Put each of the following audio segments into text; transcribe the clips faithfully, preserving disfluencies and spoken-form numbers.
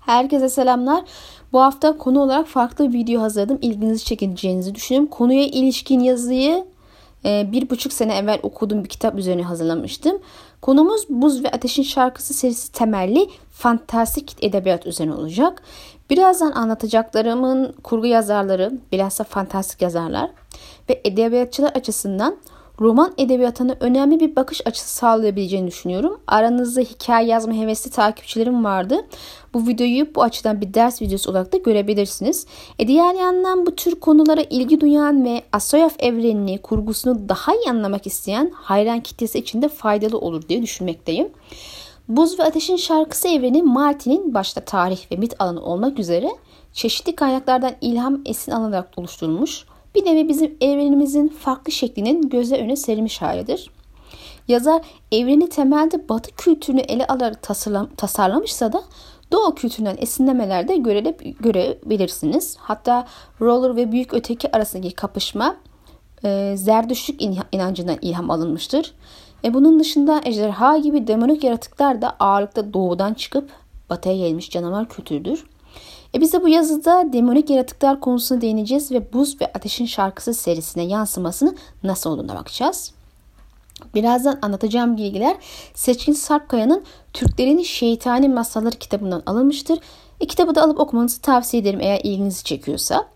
Herkese selamlar. Bu hafta konu olarak farklı bir video hazırladım. İlginizi çekeceğinizi düşünüyorum. Konuya ilişkin yazıyı e, bir buçuk sene evvel okuduğum bir kitap üzerine hazırlamıştım. Konumuz Buz ve Ateşin Şarkısı serisi temelli fantastik edebiyat üzerine olacak. Birazdan anlatacaklarımın kurgu yazarları, bilhassa fantastik yazarlar ve edebiyatçılar açısından roman edebiyatına önemli bir bakış açısı sağlayabileceğini düşünüyorum. Aranızda hikaye yazma hevesli takipçilerim vardı. Bu videoyu bu açıdan bir ders videosu olarak da görebilirsiniz. E diğer yandan bu tür konulara ilgi duyan ve Asimov evrenini, kurgusunu daha iyi anlamak isteyen hayran kitlesi için de faydalı olur diye düşünmekteyim. Buz ve Ateşin Şarkısı evreni Martin'in başta tarih ve mit alanı olmak üzere çeşitli kaynaklardan ilham esin alınarak oluşturulmuş. Bir nevi bizim evrenimizin farklı şeklinin gözler önüne serilmiş halidir. Yazar evreni temelde Batı kültürünü ele alarak tasarlamışsa da Doğu kültüründen esinlemeler de görebilirsiniz. Hatta Roller ve Büyük Öteki arasındaki kapışma e, Zerdüştlük inancından ilham alınmıştır. E, bunun dışında ejderha gibi demonik yaratıklar da ağırlıkta doğudan çıkıp batıya gelmiş canavar kültürdür. E biz de bu yazıda demonik yaratıklar konusuna değineceğiz ve Buz ve Ateşin Şarkısı serisine yansımasını nasıl olduğuna bakacağız. Birazdan anlatacağım bilgiler Seçkin Sarpkaya'nın Türklerin Şeytani Masalları kitabından alınmıştır. E, kitabı da alıp okumanızı tavsiye ederim eğer ilginizi çekiyorsa.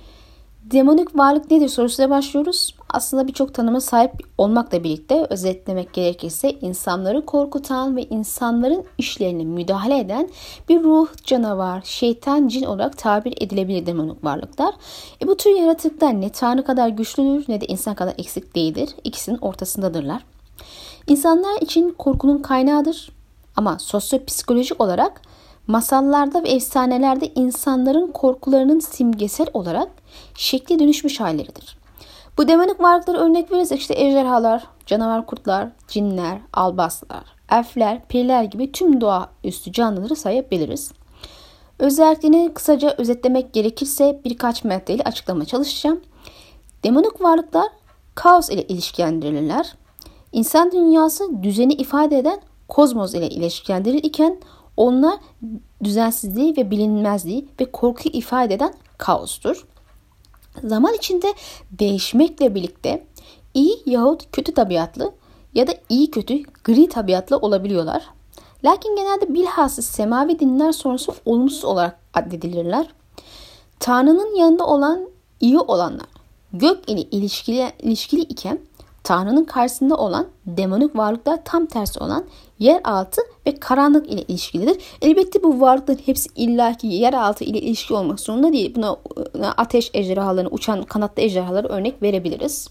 Demonik varlık nedir sorusuyla başlıyoruz. Aslında birçok tanıma sahip olmakla birlikte özetlemek gerekirse insanları korkutan ve insanların işlerine müdahale eden bir ruh, canavar, şeytan, cin olarak tabir edilebilir demonik varlıklar. E bu tür yaratıklar ne tanrı kadar güçlüdür ne de insan kadar eksik değildir. İkisinin ortasındadırlar. İnsanlar için korkunun kaynağıdır ama sosyopsikolojik olarak masallarda ve efsanelerde insanların korkularının simgesel olarak şekli dönüşmüş halleridir. Bu demonik varlıkları örnek verirsek işte ejderhalar, canavar kurtlar, cinler, albaslar, elfler, periler gibi tüm doğaüstü canlıları sayabiliriz. Özelliklerini kısaca özetlemek gerekirse birkaç maddeyle açıklamaya çalışacağım. Demonik varlıklar kaos ile ilişkilendirilirler. İnsan dünyası düzeni ifade eden kozmos ile ilişkilendirilirken onlar düzensizliği ve bilinmezliği ve korkuyu ifade eden kaostur. Zaman içinde değişmekle birlikte iyi yahut kötü tabiatlı ya da iyi kötü gri tabiatlı olabiliyorlar. Lakin genelde bilhassa semavi dinler sonrası olumsuz olarak addedilirler. Tanrı'nın yanında olan iyi olanlar gök ile ilişkili, ilişkili iken Tanrı'nın karşısında olan demonik varlıklar tam tersi olan yeraltı ve karanlık ile ilişkilidir. Elbette bu varlıkların hepsi illaki yeraltı ile ilişki olmak zorunda değil. Buna ateş ejderhalarını, uçan kanatlı ejderhaları örnek verebiliriz.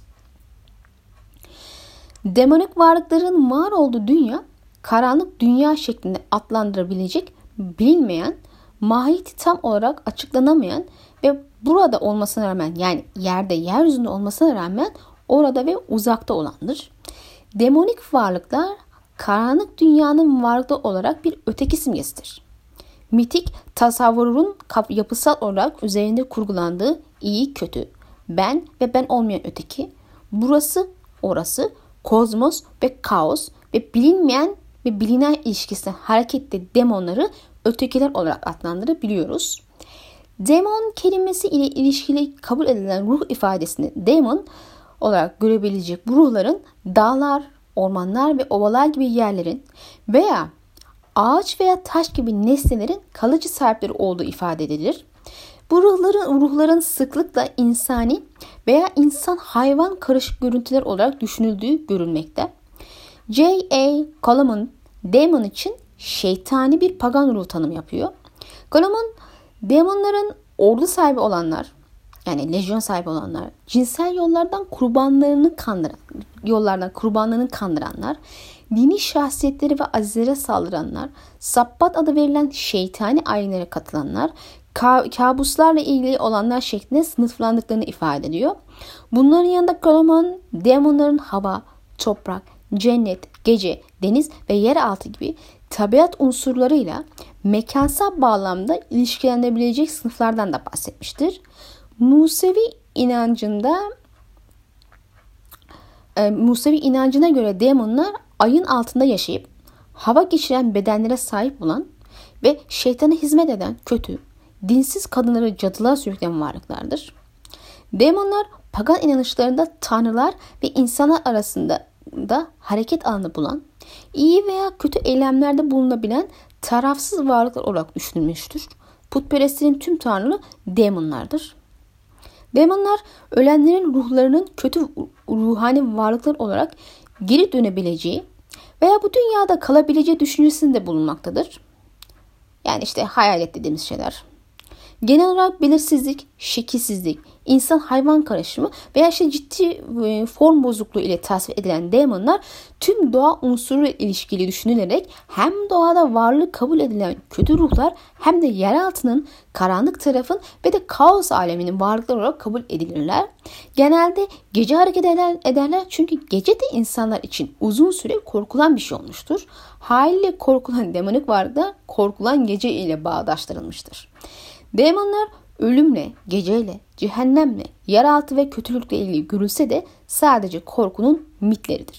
Demonik varlıkların var olduğu dünya, karanlık dünya şeklinde adlandırabilecek bilinmeyen, mahiyeti tam olarak açıklanamayan ve burada olmasına rağmen yani yerde, yeryüzünde olmasına rağmen orada ve uzakta olandır. Demonik varlıklar karanlık dünyanın varlığı olarak bir öteki simgesidir. Mitik tasavvurun yapısal olarak üzerinde kurgulandığı iyi kötü, ben ve ben olmayan öteki, burası orası, kozmos ve kaos ve bilinmeyen ve bilinen ilişkisine hareketli demonları ötekiler olarak adlandırabiliyoruz. Demon kelimesi ile ilişkili kabul edilen ruh ifadesini demon olarak görebilecek bu ruhların dağlar, ormanlar ve ovalar gibi yerlerin veya ağaç veya taş gibi nesnelerin kalıcı sahipleri olduğu ifade edilir. Bu ruhların, ruhların sıklıkla insani veya insan hayvan karışık görüntüler olarak düşünüldüğü görülmekte. J A Coleman demon için şeytani bir pagan ruh tanımı yapıyor. Coleman demonların ordu sahibi olanlar, yani lejyon sahibi olanlar, cinsel yollardan kurbanlarını kandıran, yollardan kurbanlarını kandıranlar, dini şahsiyetleri ve azizlere saldıranlar, Sabbat adı verilen şeytani ayinlere katılanlar, kabuslarla ilgili olanlar şeklinde sınıflandıklarını ifade ediyor. Bunların yanında Coleman, demonların hava, toprak, cennet, gece, deniz ve yeraltı gibi tabiat unsurlarıyla mekansal bağlamda ilişkilendirilebilecek sınıflardan da bahsetmiştir. Musevi inancında e, Musevi inancına göre demonlar ayın altında yaşayıp hava geçiren bedenlere sahip olan ve şeytana hizmet eden kötü, dinsiz kadınları cadılığa sürükleyen varlıklardır. Demonlar pagan inanışlarında tanrılar ve insanlar arasında da hareket alanı bulan, iyi veya kötü eylemlerde bulunabilen tarafsız varlıklar olarak düşünülmüştür. Putperestlerin tüm tanrıları demonlardır. Demonlar ölenlerin ruhlarının kötü ruhani varlıklar olarak geri dönebileceği veya bu dünyada kalabileceği düşüncesinde bulunmaktadır. Yani işte hayalet dediğimiz şeyler. Genel olarak belirsizlik, şekilsizlik, insan hayvan karışımı veya işte ciddi form bozukluğu ile tasvir edilen demonlar tüm doğa unsuru ilişkili düşünülerek hem doğada varlığı kabul edilen kötü ruhlar hem de yeraltının, karanlık tarafın ve de kaos aleminin varlıklar olarak kabul edilirler. Genelde gece hareket ederler çünkü gece de insanlar için uzun süre korkulan bir şey olmuştur. Haliyle korkulan demonik varlıklar korkulan gece ile bağdaştırılmıştır. Demonlar ölümle, geceyle, cehennemle, yeraltı ve kötülükle ilgili görülse de sadece korkunun mitleridir.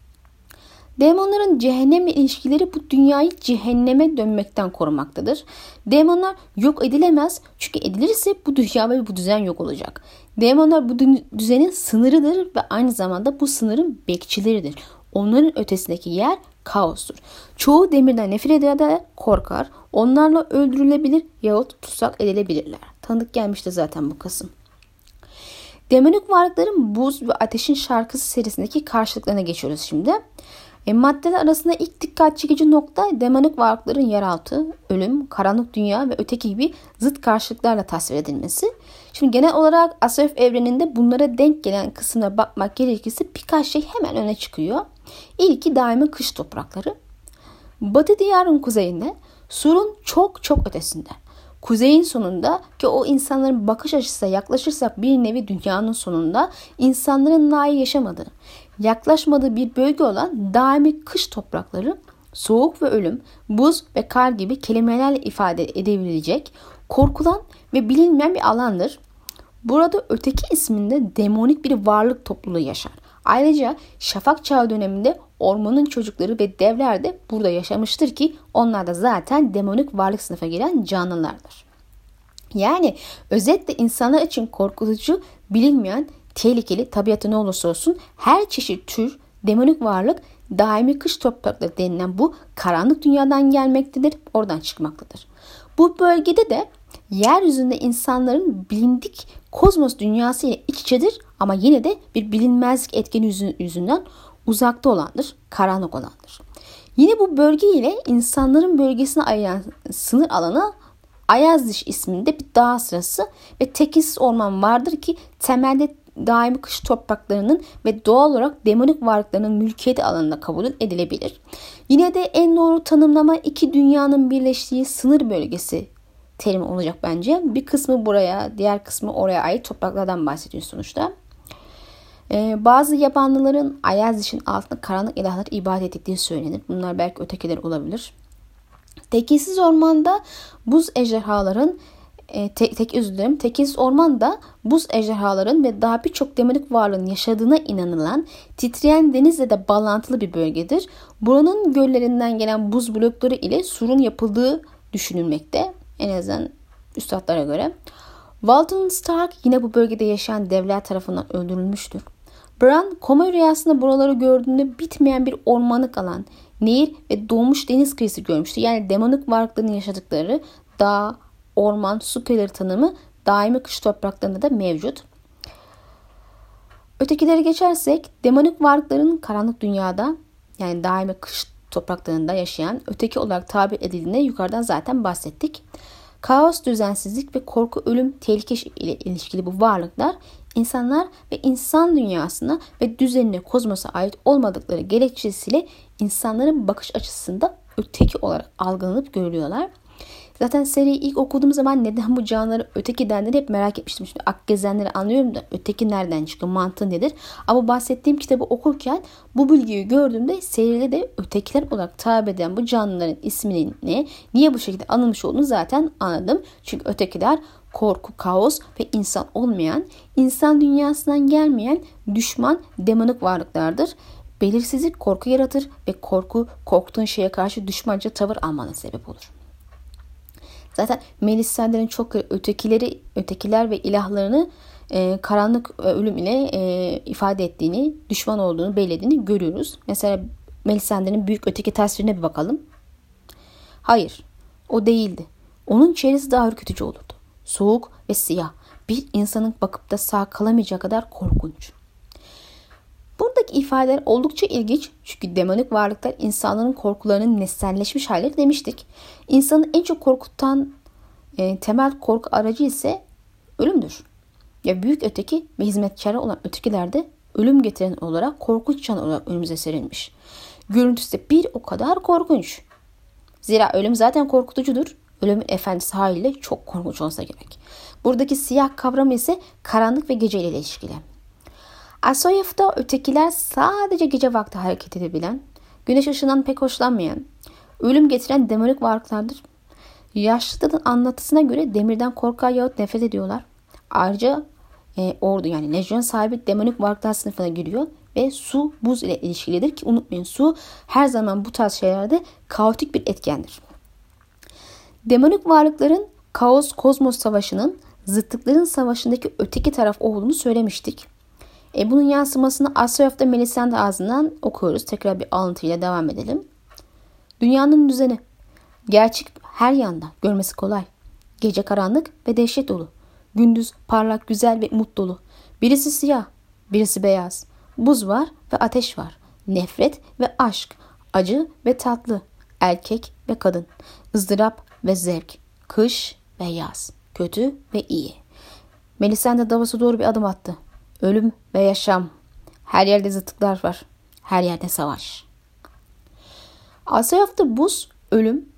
Demonların cehennemle ilişkileri bu dünyayı cehenneme dönmekten korumaktadır. Demonlar yok edilemez çünkü edilirse bu dünya ve bu düzen yok olacak. Demonlar bu düzenin sınırıdır ve aynı zamanda bu sınırın bekçileridir. Onların ötesindeki yer kaostur. Çoğu demirden nefret eder, korkar. Onlarla öldürülebilir yahut tutsak edilebilirler. Tanıdık gelmişti zaten bu kısım. Demonik varlıkların Buz ve Ateşin Şarkısı serisindeki karşılıklarına geçiyoruz şimdi. E, maddeler arasında ilk dikkat çekici nokta demonik varlıkların yeraltı, ölüm, karanlık dünya ve öteki gibi zıt karşılıklarla tasvir edilmesi. Şimdi genel olarak Asimov evreninde bunlara denk gelen kısmına bakmak gerekirse birkaç şey hemen öne çıkıyor. İlki daimi kış toprakları. Batı diyarın kuzeyinde, surun çok çok ötesinde. Kuzeyin sonunda ki o insanların bakış açısına yaklaşırsak bir nevi dünyanın sonunda insanların nayi yaşamadığı, yaklaşmadığı bir bölge olan daimi kış toprakları soğuk ve ölüm, buz ve kar gibi kelimelerle ifade edebilecek korkulan ve bilinmeyen bir alandır. Burada öteki isminde demonik bir varlık topluluğu yaşar. Ayrıca Şafak Çağı döneminde ormanın çocukları ve devler de burada yaşamıştır ki onlar da zaten demonik varlık sınıfa giren canlılardır. Yani özetle insanlar için korkutucu, bilinmeyen, tehlikeli tabiatı ne olursa olsun her çeşit tür demonik varlık daimi kış toprakları denilen bu karanlık dünyadan gelmektedir, oradan çıkmaktadır. Bu bölgede de yeryüzünde insanların bilindik kozmos dünyası ile iç içedir ama yine de bir bilinmezlik etkeni yüzünden uzakta olandır, karanlık olandır. Yine bu bölge ile insanların bölgesine ayıran sınır alanı Ayazdiş isminde bir dağ sırası ve tekinsiz orman vardır ki temelde daimi kış topraklarının ve doğal olarak demonik varlıklarının mülkiyeti alanında kabul edilebilir. Yine de en doğru tanımlama iki dünyanın birleştiği sınır bölgesi terimi olacak bence. Bir kısmı buraya, diğer kısmı oraya ait topraklardan bahsediyor sonuçta. Ee, bazı yabanlıların Ayazdiş'in altında karanlık ilahlar ibadet ettiği söylenir. Bunlar belki ötekiler olabilir. Tekinsiz ormanda buz ejderhaların e, tek, tek özür dilerim. Tekinsiz ormanda buz ejderhaların ve daha birçok demonik varlığın yaşadığına inanılan titreyen denizle de bağlantılı bir bölgedir. Buranın göllerinden gelen buz blokları ile surun yapıldığı düşünülmekte. En azından üstadlara göre. Walton Stark yine bu bölgede yaşayan devler tarafından öldürülmüştür. Bran koma rüyasında buraları gördüğünde bitmeyen bir ormanlık alan, nehir ve doğmuş deniz kıyısı görmüştü. Yani demonik varlıkların yaşadıkları dağ, orman, su kıyıları tanımı daimi kış topraklarında da mevcut. Ötekileri geçersek demonik varlıkların karanlık dünyada yani daimi kış topraklarında yaşayan öteki olarak tabir edildiğinde yukarıdan zaten bahsettik. Kaos, düzensizlik ve korku, ölüm, tehlike ile ilişkili bu varlıklar insanlar ve insan dünyasına ve düzenine kozmosa ait olmadıkları gerekçesiyle insanların bakış açısında öteki olarak algılanıp görülüyorlar. Zaten seriyi ilk okuduğum zaman neden bu canlıları öteki dendiğini hep merak etmiştim. Şimdi Akgezenleri anlıyorum da öteki nereden çıkıyor, mantığı nedir? Ama bahsettiğim kitabı okurken bu bilgiyi gördüğümde seride de ötekiler olarak tabir eden bu canlıların isminin ne, niye bu şekilde anılmış olduğunu zaten anladım. Çünkü ötekiler korku, kaos ve insan olmayan, insan dünyasından gelmeyen düşman, demonik varlıklardır. Belirsizlik korku yaratır ve korku korktuğun şeye karşı düşmanca tavır almana sebep olur. Zaten Melisandre'nin çok ötekileri, ötekiler ve ilahlarını e, karanlık ölüm ile e, ifade ettiğini, düşman olduğunu belirlediğini görüyoruz. Mesela Melisandre'nin büyük öteki tasvirine bir bakalım. Hayır, o değildi. Onun çehresi daha ürkütücü olurdu. Soğuk ve siyah. Bir insanın bakıp da sağ kalamayacağı kadar korkunç. Buradaki ifadeler oldukça ilginç çünkü demonik varlıklar insanların korkularının nesnelleşmiş halleri demiştik. İnsanı en çok korkutan e, temel korku aracı ise ölümdür. Ya büyük öteki ve hizmetkarı olan ötekilerde ölüm getiren olarak korkunç can olarak önümüze serilmiş. Görüntüsü de bir o kadar korkunç. Zira ölüm zaten korkutucudur. Ölümün efendisi haliyle çok korkunç olsa gerek. Buradaki siyah kavramı ise karanlık ve gece ile ilişkili. Asoyev'da ötekiler sadece gece vakti hareket edebilen, güneş ışığından pek hoşlanmayan, ölüm getiren demonik varlıklardır. Yaşlıların anlatısına göre demirden korkar yahut nefret ediyorlar. Ayrıca e, ordu yani lejyon sahibi demonik varlıklar sınıfına giriyor ve su buz ile ilişkilidir ki unutmayın, su her zaman bu tarz şeylerde kaotik bir etkendir. Demonik varlıkların kaos kozmos savaşının zıtlıkların savaşındaki öteki taraf olduğunu söylemiştik. E, bunun yansımasını Asoyev'da Melisandre ağzından okuyoruz. Tekrar bir alıntıyla devam edelim. Dünyanın düzeni. Gerçek her yanda. Görmesi kolay. Gece karanlık ve dehşet dolu. Gündüz parlak, güzel ve umut dolu. Birisi siyah, birisi beyaz. Buz var ve ateş var. Nefret ve aşk. Acı ve tatlı. Erkek ve kadın. ızdırap ve zevk. Kış ve yaz. Kötü ve iyi. Melisandre Davos'a doğru bir adım attı. Ölüm ve yaşam. Her yerde zıtlıklar var. Her yerde savaş. Asoyev'da buz, ölüm,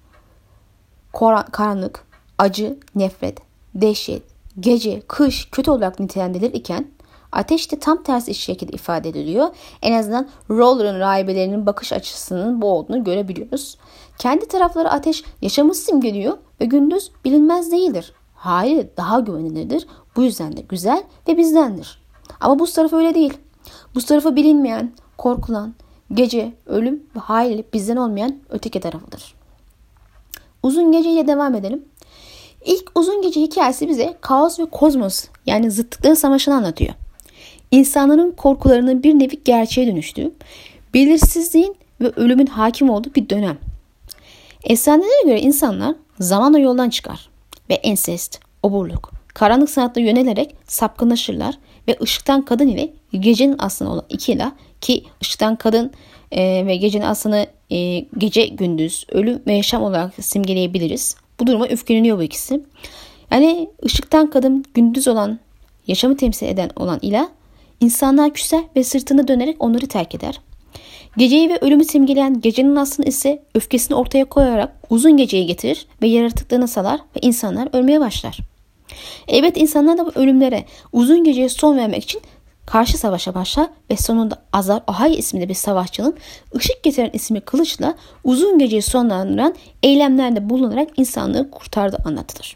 karanlık, acı, nefret, dehşet, gece, kış kötü olarak nitelendirilirken ateş de tam tersi şekilde ifade ediliyor. En azından Rowler'ın rahibelerinin bakış açısının bu olduğunu görebiliyoruz. Kendi tarafları ateş yaşamı simgeliyor ve gündüz bilinmez değildir. Hayır, daha güvenilirdir. Bu yüzden de güzel ve bizdendir. Ama buz tarafı öyle değil. Buz tarafı bilinmeyen, korkulan, gece, ölüm ve hayır bizden olmayan öteki tarafıdır. Uzun geceyle devam edelim. İlk uzun gece hikayesi bize kaos ve kozmos yani zıtlıkların savaşını anlatıyor. İnsanların korkularının bir nevi gerçeğe dönüştüğü, belirsizliğin ve ölümün hakim olduğu bir dönem. Efsanelere göre insanlar zamanla yoldan çıkar ve ensest, oburluk, karanlık sanatla yönelerek sapkınlaşırlar ve ışıktan kadın ile gecenin aslını olan iki ilah ki ışıktan kadın e, ve gecenin aslını e, gece gündüz, ölüm ve yaşam olarak simgeleyebiliriz. Bu duruma öfkeleniyor bu ikisi. Yani ışıktan kadın gündüz olan, yaşamı temsil eden olan ilah insanlar küser ve sırtını dönerek onları terk eder. Geceyi ve ölümü simgeleyen gecenin aslını ise öfkesini ortaya koyarak uzun geceyi getirir ve yaratıklarını salar ve insanlar ölmeye başlar. Evet, insanlar da bu ölümlere, uzun geceye son vermek için karşı savaşa başlar ve sonunda Azar Ahai isimli bir savaşçının ışık getiren ismi kılıçla uzun geceyi sonlandıran eylemlerde bulunarak insanlığı kurtardığı anlatılır.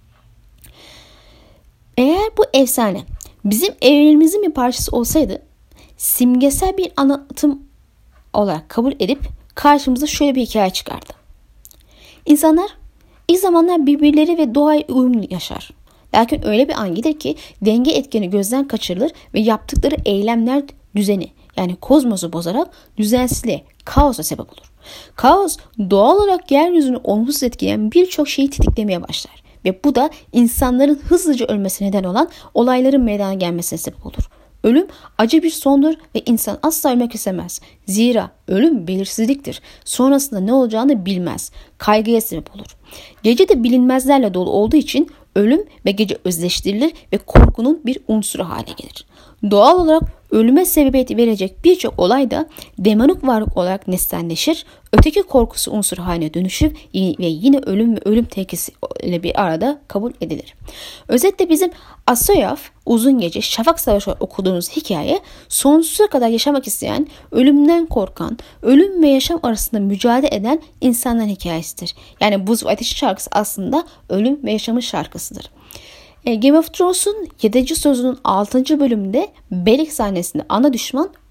Eğer bu efsane bizim evrenimizin bir parçası olsaydı simgesel bir anlatım olarak kabul edip karşımıza şöyle bir hikaye çıkardı. İnsanlar ilk zamanlar birbirleri ve doğaya uyumlu yaşar. Lakin öyle bir an gelir ki denge etkeni gözden kaçırılır ve yaptıkları eylemler düzeni yani kozmosu bozarak düzensizliğe, kaosa sebep olur. Kaos doğal olarak yeryüzünü olumsuz etkileyen birçok şeyi tetiklemeye başlar ve bu da insanların hızlıca ölmesine neden olan olayların meydana gelmesine sebep olur. Ölüm acı bir sondur ve insan asla ölmek istemez. Zira ölüm belirsizliktir. Sonrasında ne olacağını bilmez. Kaygıya sebep olur. Gece de bilinmezlerle dolu olduğu için ölüm ve gece özleştirilir ve korkunun bir unsuru hale gelir. Doğal olarak ölüme sebebiyet verecek birçok olay da demonik varlık olarak nesnelleşir, öteki korkusu unsur haline dönüşür ve yine ölüm ve ölüm tehlikesi ile bir arada kabul edilir. Özetle bizim Asoyev, Uzun Gece, Şafak Savaşı okuduğumuz hikaye sonsuza kadar yaşamak isteyen, ölümden korkan, ölüm ve yaşam arasında mücadele eden insanların hikayesidir. Yani Buz ve Ateş şarkısı aslında ölüm ve yaşamın şarkısıdır. Game of Thrones'un yedinci sezonun altıncı bölümünde Beric sahnesinde ana düşman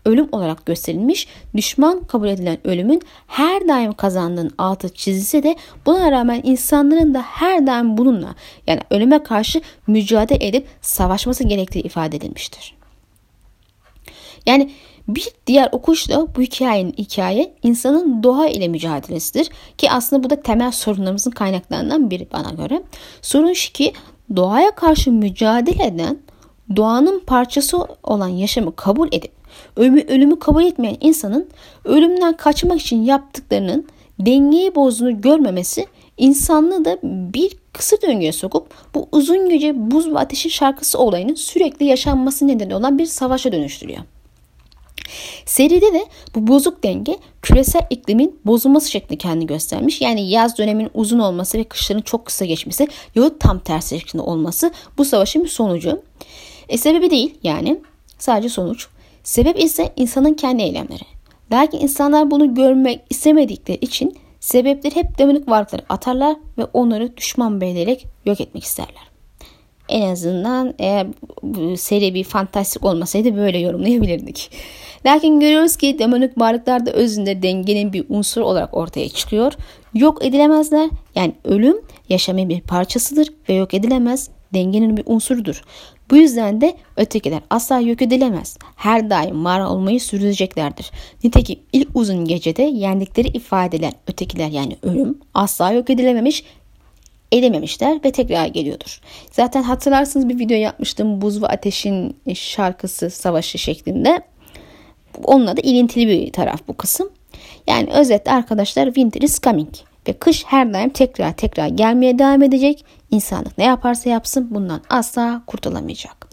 ölüm olarak gösterilmiş. Düşman kabul edilen ölümün her daim kazandığının altı çizilse de buna rağmen insanların da her daim bununla, yani ölüme karşı mücadele edip savaşması gerektiği ifade edilmiştir. Yani bir diğer okuyuşla bu hikayenin hikaye insanın doğa ile mücadelesidir ki aslında bu da temel sorunlarımızın kaynaklarından biri bana göre. Sorun şu ki doğaya karşı mücadele eden, doğanın parçası olan yaşamı kabul edip ölümü, ölümü kabul etmeyen insanın ölümden kaçmak için yaptıklarının dengeyi bozduğunu görmemesi insanlığı da bir kısır döngüye sokup bu uzun gece buz ve ateşin şarkısı olayının sürekli yaşanması nedeni olan bir savaşa dönüştürüyor. Seride de bu bozuk denge küresel iklimin bozulması şeklinde kendini göstermiş. Yani yaz döneminin uzun olması ve kışların çok kısa geçmesi yahut tam tersi şeklinde olması bu savaşın bir sonucu. E, sebebi değil yani, sadece sonuç. Sebep ise insanın kendi eylemleri. Lakin insanlar bunu görmek istemedikleri için sebepleri hep demonik varlıkları atarlar ve onları düşman belirleyerek yok etmek isterler. En azından eğer bu seri bir fantastik olmasaydı böyle yorumlayabilirdik. Lakin görüyoruz ki demonik varlıklar da özünde dengenin bir unsuru olarak ortaya çıkıyor. Yok edilemezler. Yani ölüm yaşamın bir parçasıdır ve yok edilemez, dengenin bir unsurudur. Bu yüzden de ötekiler asla yok edilemez. Her daim var olmayı sürdüreceklerdir. Nitekim ilk uzun gecede yendikleri ifade edilen ötekiler, yani ölüm, asla yok edilememiş, edememişler ve tekrar geliyordur. Zaten hatırlarsınız bir video yapmıştım, Buz ve Ateşin şarkısı savaşı şeklinde. Onunla da ilintili bir taraf bu kısım. Yani özetle arkadaşlar, winter is coming ve kış her daim tekrar tekrar gelmeye devam edecek. İnsanlık ne yaparsa yapsın bundan asla kurtulamayacak.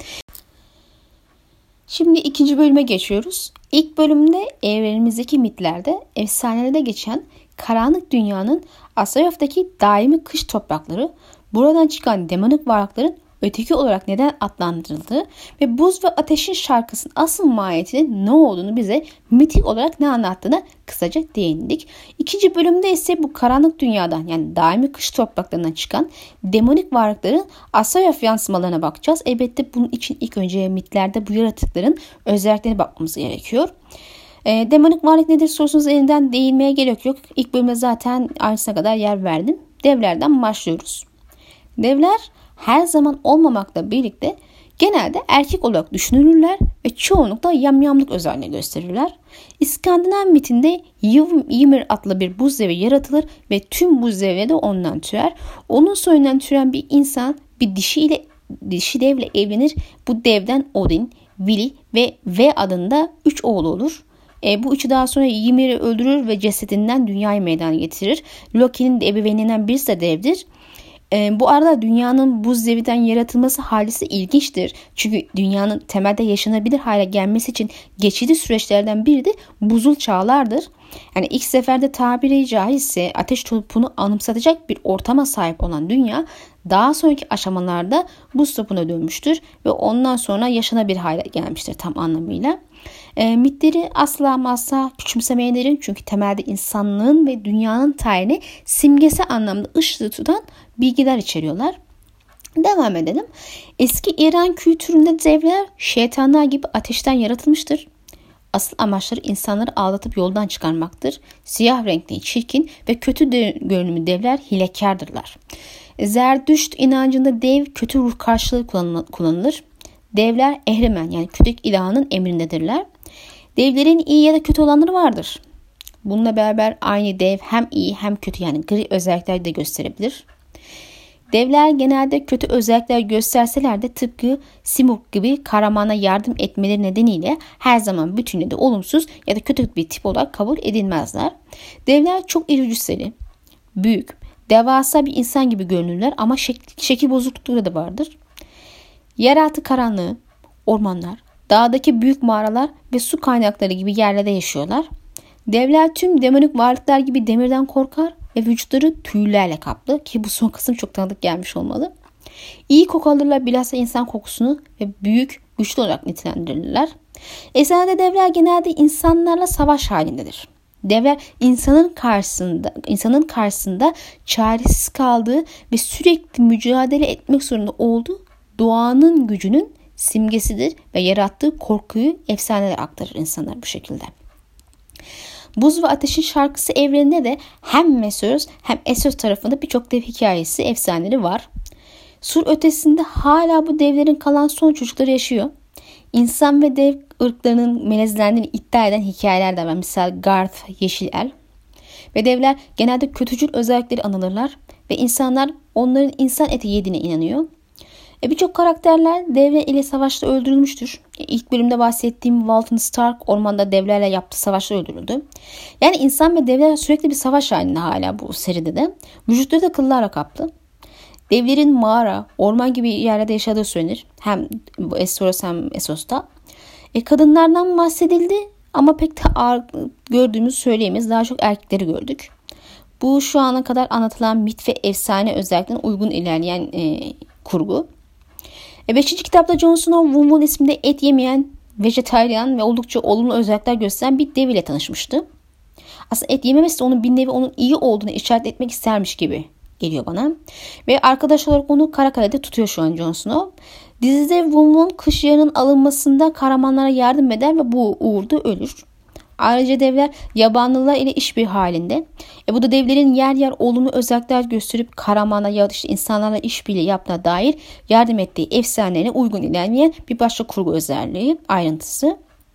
Şimdi ikinci bölüme geçiyoruz. İlk bölümde evrenimizdeki mitlerde, efsanelerde geçen karanlık dünyanın Asyaf'taki daimi kış toprakları, buradan çıkan demonik varlıkların öteki olarak neden adlandırıldığı ve Buz ve Ateşin şarkısının asıl mahiyetinin ne olduğunu, bize mitik olarak ne anlattığına kısaca değindik. İkinci bölümde ise bu karanlık dünyadan, yani daimi kış topraklarından çıkan demonik varlıkların Asyaf yansımalarına bakacağız. Elbette bunun için ilk önce mitlerde bu yaratıkların özelliklerine bakmamız gerekiyor. E, demonik varlık nedir sorusunuz elinden değinmeye gerek yok. İlk bölümde zaten aynısına kadar yer verdim. Devlerden başlıyoruz. Devler her zaman olmamakla birlikte genelde erkek olarak düşünülürler ve çoğunlukla yamyamlık özelliğini gösterirler. İskandinav mitinde Ymir adlı bir buz devi yaratılır ve tüm buz devleri de ondan türer. Onun soyundan türen bir insan bir dişi ile dişi devle evlenir. Bu devden Odin, Vili ve V adında üç oğlu olur. E, bu üçü daha sonra Ymir'i öldürür ve cesedinden dünyayı meydana getirir. Loki'nin de ebeveynlerinden birisi de devdir. E, bu arada dünyanın buz devinden yaratılması hadise ilginçtir. Çünkü dünyanın temelde yaşanabilir hale gelmesi için geçici süreçlerden biri de buzul çağlardır. Yani ilk seferde tabiri caizse ateş topunu anımsatacak bir ortama sahip olan dünya daha sonraki aşamalarda buz topuna dönmüştür ve ondan sonra yaşanabilir hale gelmiştir tam anlamıyla. E, mitleri asla ama asla küçümsemeyenlerin, çünkü temelde insanlığın ve dünyanın tarihini simgesel anlamda ışığı tutan bilgiler içeriyorlar. Devam edelim. Eski İran kültüründe devler şeytanlar gibi ateşten yaratılmıştır. Asıl amaçları insanları aldatıp yoldan çıkarmaktır. Siyah renkli, çirkin ve kötü de, görünümlü devler hilekârdırlar. Zerdüşt inancında dev kötü ruh karşılığı kullanılır. Devler ehrimen, yani kötülük ilahının emrindedirler. Devlerin iyi ya da kötü olanları vardır. Bununla beraber aynı dev hem iyi hem kötü, yani gri özellikler de gösterebilir. Devler genelde kötü özellikler gösterseler de tıpkı Simurg gibi kahramana yardım etmeleri nedeniyle her zaman bütünüyle de olumsuz ya da kötü bir tip olarak kabul edilmezler. Devler çok iri cüsseli, büyük, devasa bir insan gibi görünürler ama şekil, şekil bozuklukları da vardır. Yeraltı karanlığı, ormanlar, dağdaki büyük mağaralar ve su kaynakları gibi yerlerde yaşıyorlar. Devler tüm demonik varlıklar gibi demirden korkar ve vücutları tüylerle kaplı, ki bu son kısım çok tanıdık gelmiş olmalı. İyi koku alırlar, bilhassa insan kokusunu, ve büyük, güçlü olarak nitelendirirler. Eserde devler genelde insanlarla savaş halindedir. Devler insanın karşısında, insanın karşısında çaresiz kaldığı ve sürekli mücadele etmek zorunda olduğu doğanın gücünün simgesidir ve yarattığı korkuyu efsaneler aktarır insanlar bu şekilde. Buz ve Ateşin Şarkısı evreninde de hem Mesos hem Essos tarafında birçok dev hikayesi, efsaneleri var. Sur ötesinde hala bu devlerin kalan son çocukları yaşıyor. İnsan ve dev ırklarının melezlendiğini iddia eden hikayeler de var. Mesela Garth, Yeşil El. Ve devler genelde kötücül özellikleri anılırlar ve insanlar onların insan eti yediğine inanıyor. E Birçok karakterler devler ile savaşta öldürülmüştür. E İlk bölümde bahsettiğim Walton Stark ormanda devlerle yaptığı savaşta öldürüldü. Yani insan ve devler sürekli bir savaş halinde hala bu seride de. Vücutları da kıllarla kaplı. Devlerin mağara, orman gibi yerlerde yaşadığı söylenir. Hem Essos hem Essos'ta. E kadınlardan bahsedildi ama pek de ağır gördüğümüzü söyleyemeyiz. Daha çok erkekleri gördük. Bu şu ana kadar anlatılan mit ve efsane özelliklerine uygun ilerleyen e, kurgu. E beşinci kitapta Jon Snow, Wun isminde et yemeyen, vejetaryen ve oldukça olumlu özellikler gösteren bir dev ile tanışmıştı. Aslında et yememesi de onun bir nevi onun iyi olduğunu işaret etmek istermiş gibi geliyor bana. Ve arkadaş olarak onu Karakale'de tutuyor şu an Jon Snow. Dizide Wun kış yarının alınmasında kahramanlara yardım eder ve bu uğurda ölür. Ayrıca devler yabanlılar ile işbirliği halinde. E bu da devlerin yer yer olumlu özellikler gösterip kahramana ya da işte insanlarla işbirliği yaptığına dair yardım ettiği efsanelerine uygun ilerleyen bir başka kurgu özelliği, ayrıntısı.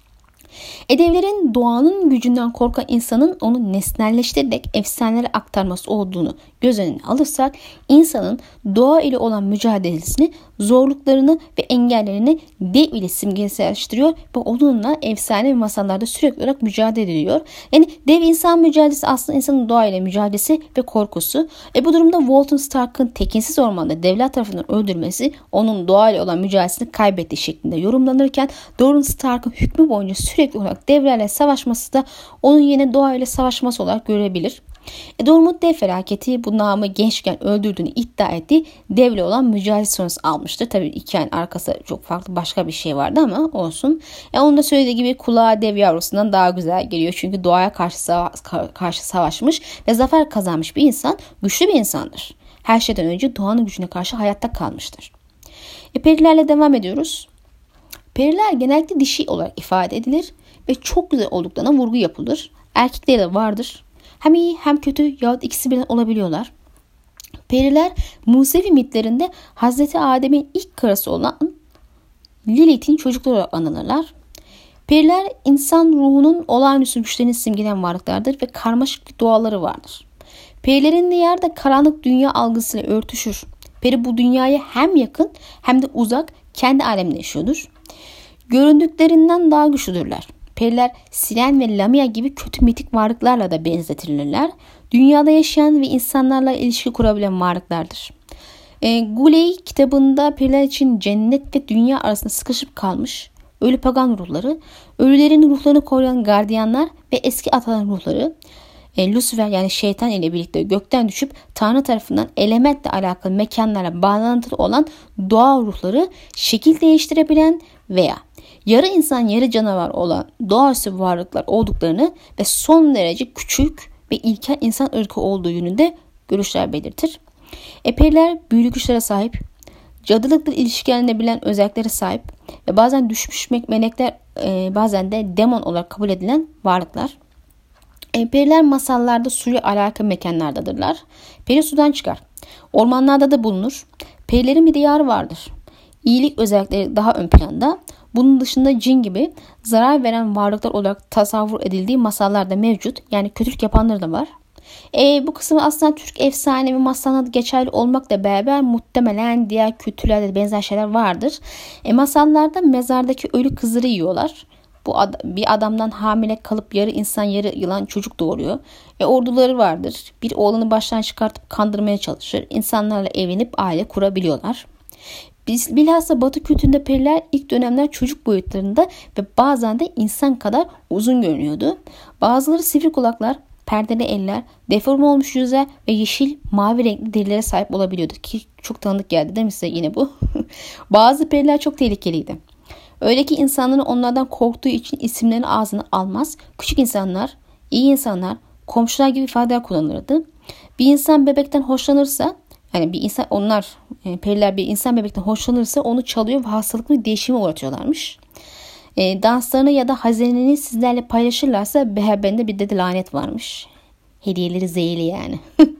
E devlerin doğanın gücünden korkan insanın onu nesnelleştirerek efsanelere aktarması olduğunu göz önüne alırsak insanın doğa ile olan mücadelesini, zorluklarını ve engellerini dev ile simgeselleştiriyor ve onunla efsane ve masallarda sürekli olarak mücadele ediyor. Yani dev insan mücadelesi aslında insanın doğa ile mücadelesi ve korkusu. E bu durumda Walton Stark'ın tekinsiz ormanda devler tarafından öldürmesi onun doğa ile olan mücadelesini kaybettiği şeklinde yorumlanırken Doran Stark'ın hükmü boyunca sürekli olarak devlerle savaşması da onun yine doğa ile savaşması olarak görebilir. E Dormut dev felaketi bu namı gençken öldürdüğünü iddia ettiği devle olan mücadele sonrası almıştır. Tabii hikayenin arkasında çok farklı başka bir şey vardı ama olsun. E onun da söylediği gibi kulağa dev yavrusundan daha güzel geliyor. Çünkü doğaya karşı, sava- karşı savaşmış ve zafer kazanmış bir insan güçlü bir insandır. Her şeyden önce doğanın gücüne karşı hayatta kalmıştır. E perilerle devam ediyoruz. Periler genellikle dişi olarak ifade edilir ve çok güzel olduklarına vurgu yapılır. Erkekleri de vardır. Hem iyi hem kötü yahut ikisi birden olabiliyorlar. Periler Musevi mitlerinde Hazreti Adem'in ilk karısı olan Lilith'in çocukları olarak anılırlar. Periler insan ruhunun olağanüstü güçlerini simgeleyen varlıklardır ve karmaşık bir doğaları vardır. Perilerin diğer de karanlık dünya algısıyla örtüşür. Peri bu dünyaya hem yakın hem de uzak kendi aleminde yaşıyordur. Göründüklerinden daha güçlüdürler. Periler Siren ve Lamia gibi kötü mitik varlıklarla da benzetilirler. Dünyada yaşayan ve insanlarla ilişki kurabilen varlıklardır. E, Guley kitabında periler için cennet ve dünya arasında sıkışıp kalmış ölü pagan ruhları, ölülerin ruhlarını koruyan gardiyanlar ve eski ataların ruhları, e, Lucifer yani şeytan ile birlikte gökten düşüp Tanrı tarafından elementle alakalı mekanlara bağlantılı olan doğa ruhları, şekil değiştirebilen veya yarı insan yarı canavar olan doğaüstü varlıklar olduklarını ve son derece küçük ve ilkel insan ırkı olduğu yönünde görüşler belirtir. E, periler büyülü güçlere sahip, cadılıkla ilişkilenebilen özelliklere sahip ve bazen düşmüş melekler, e, bazen de demon olarak kabul edilen varlıklar. E, periler masallarda suyla alakalı mekanlardadırlar. Peri sudan çıkar. Ormanlarda da bulunur. Perilerin bir diyarı vardır. İyilik özellikleri daha ön planda. Bunun dışında cin gibi zarar veren varlıklar olarak tasavvur edildiği masallar da mevcut. Yani kötülük yapanları da var. E, bu kısmı aslında Türk efsane ve masallarda geçerli olmakla beraber muhtemelen diğer kültürlerde de benzer şeyler vardır. E, masallarda mezardaki ölü kızları yiyorlar. Bu ad- bir adamdan hamile kalıp yarı insan yarı yılan çocuk doğuruyor. E, orduları vardır. Bir oğlanı baştan çıkartıp kandırmaya çalışır. İnsanlarla evlenip aile kurabiliyorlar. Biz, bilhassa Batı kültüründe periler ilk dönemler çocuk boyutlarında ve bazen de insan kadar uzun görünüyordu. Bazıları sivri kulaklar, perdeli eller, deforme olmuş yüzler ve yeşil, mavi renkli derilere sahip olabiliyordu. Ki çok tanıdık geldi değil mi size yine bu? Bazı periler çok tehlikeliydi. Öyle ki insanların onlardan korktuğu için isimlerini ağzına almaz. Küçük insanlar, iyi insanlar, komşular gibi ifadeler kullanırdı. Bir insan bebekten hoşlanırsa, yani bir insan onlar e, periler bir insan bebekten hoşlanırsa onu çalıyor ve hastalıklı bir değişime uğratıyorlarmış. E, danslarını ya da hazinelerini sizlerle paylaşırlarsa beherberinde bir de lanet varmış. Hediyeleri zehirli yani.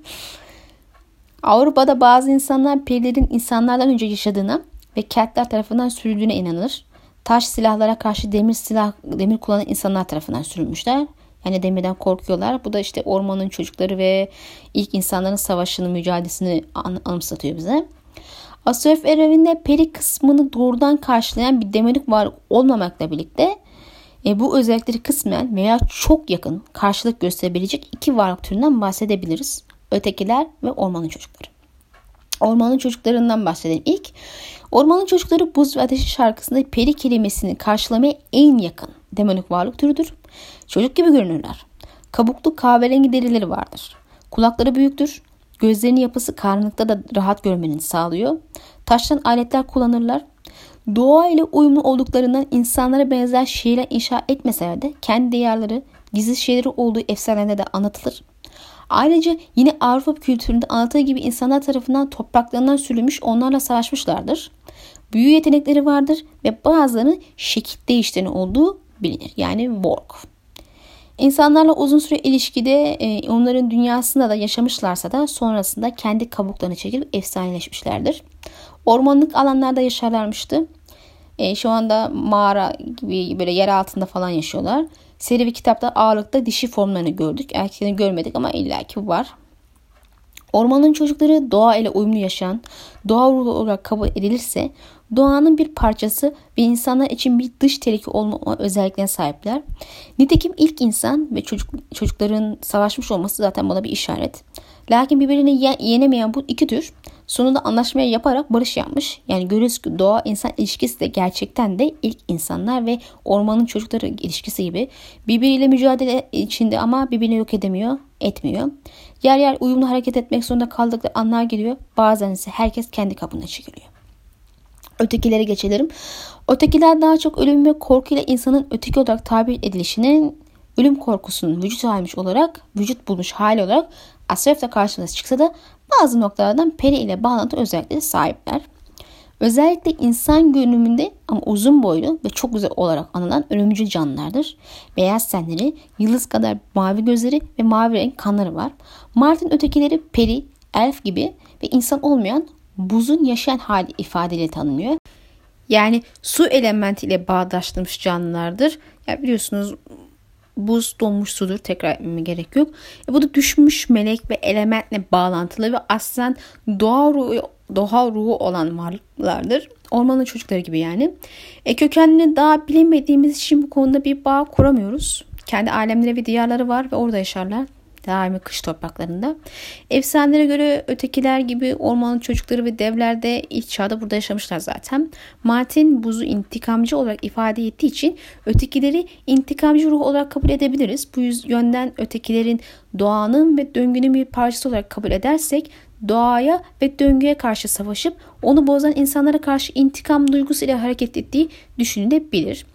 Avrupa'da bazı insanlar perilerin insanlardan önce yaşadığına ve keltler tarafından sürüldüğüne inanılır. Taş silahlara karşı demir silah demir kullanan insanlar tarafından sürülmüşler. Yani demirden korkuyorlar. Bu da işte ormanın çocukları ve ilk insanların savaşını, mücadelesini an- anımsatıyor bize. Asyöf evreninde peri kısmını doğrudan karşılayan bir demonik varlık olmamakla birlikte e, bu özellikleri kısmen veya çok yakın karşılık gösterebilecek iki varlık türünden bahsedebiliriz. Ötekiler ve ormanın çocukları. Ormanın çocuklarından bahsedelim. İlk, ormanın çocukları Buz ve Ateşin şarkısında peri kelimesini karşılamaya en yakın demonik varlık türüdür. Çocuk gibi görünürler. Kabuklu kahverengi derileri vardır. Kulakları büyüktür. Gözlerinin yapısı karanlıkta da rahat görmeni sağlıyor. Taştan aletler kullanırlar. Doğa ile uyumlu olduklarından insanlara benzer şehirler inşa etmeseler de kendi diyarları, gizli şeyleri olduğu efsanelerde de anlatılır. Ayrıca yine Avrupa kültüründe anlattığı gibi insanlar tarafından topraklarından sürülmüş, onlarla savaşmışlardır. Büyü yetenekleri vardır ve bazılarının şekil değiştiren olduğu bilinir. Yani Vork. İnsanlarla uzun süre ilişkide onların dünyasında da yaşamışlarsa da sonrasında kendi kabuklarını çekip efsaneleşmişlerdir. Ormanlık alanlarda yaşarlarmıştı. E, şu anda mağara gibi böyle yer altında falan yaşıyorlar. Seri ve kitapta ağırlıkta dişi formlarını gördük. Erkeklerini görmedik ama illaki var. Ormanın çocukları doğa ile uyumlu yaşayan, doğa ruhu olarak kabul edilirse doğanın bir parçası ve insanlar için bir dış tehlike olma özelliklerine sahipler. Nitekim ilk insan ve çocuk, çocukların savaşmış olması zaten buna bir işaret. Lakin birbirini ye- yenemeyen bu iki tür sonunda anlaşmaya yaparak barış yapmış. Yani görüyoruz ki doğa insan ilişkisi de gerçekten de ilk insanlar ve ormanın çocukları ilişkisi gibi birbiriyle mücadele içinde ama birbirini yok edemiyor, etmiyor. Yer yer uyumlu hareket etmek zorunda kaldıkları anlar geliyor. Bazen ise herkes kendi kabına çekiliyor. Ötekilere geçelim. Ötekiler daha çok ölüm ve korkuyla insanın öteki olarak tabir edilişinin ölüm korkusunun vücut almış olarak, vücut bulmuş hali olarak Asyöf'te karşımıza çıksa da bazı noktalardan peri ile bağlantı özellikleri sahipler. Özellikle insan görünümünde ama uzun boylu ve çok güzel olarak anılan ölümcül canlılardır. Beyaz tenleri, yıldız kadar mavi gözleri ve mavi renk kanları var. Mart'ın ötekileri peri, elf gibi ve insan olmayan buzun yaşayan hali ifadeyle tanınıyor. Yani su elementiyle bağdaştırmış canlılardır. Ya biliyorsunuz buz donmuş sudur, tekrar etmeme gerek yok. E bu da düşmüş melek ve elementle bağlantılı ve aslen doğa ruhu, doğa ruhu olan varlıklardır. Ormanın çocukları gibi yani. E kökenini daha bilemediğimiz için bu konuda bir bağ kuramıyoruz. Kendi alemleri ve diyarları var ve orada yaşarlar. Daimi kış topraklarında. Efsanelere göre ötekiler gibi ormanın çocukları ve devler de ilk çağda burada yaşamışlar zaten. Martin buzu intikamcı olarak ifade ettiği için ötekileri intikamcı ruh olarak kabul edebiliriz. Bu yönden ötekilerin doğanın ve döngünün bir parçası olarak kabul edersek doğaya ve döngüye karşı savaşıp onu bozan insanlara karşı intikam duygusuyla hareket ettiği düşünülebilir.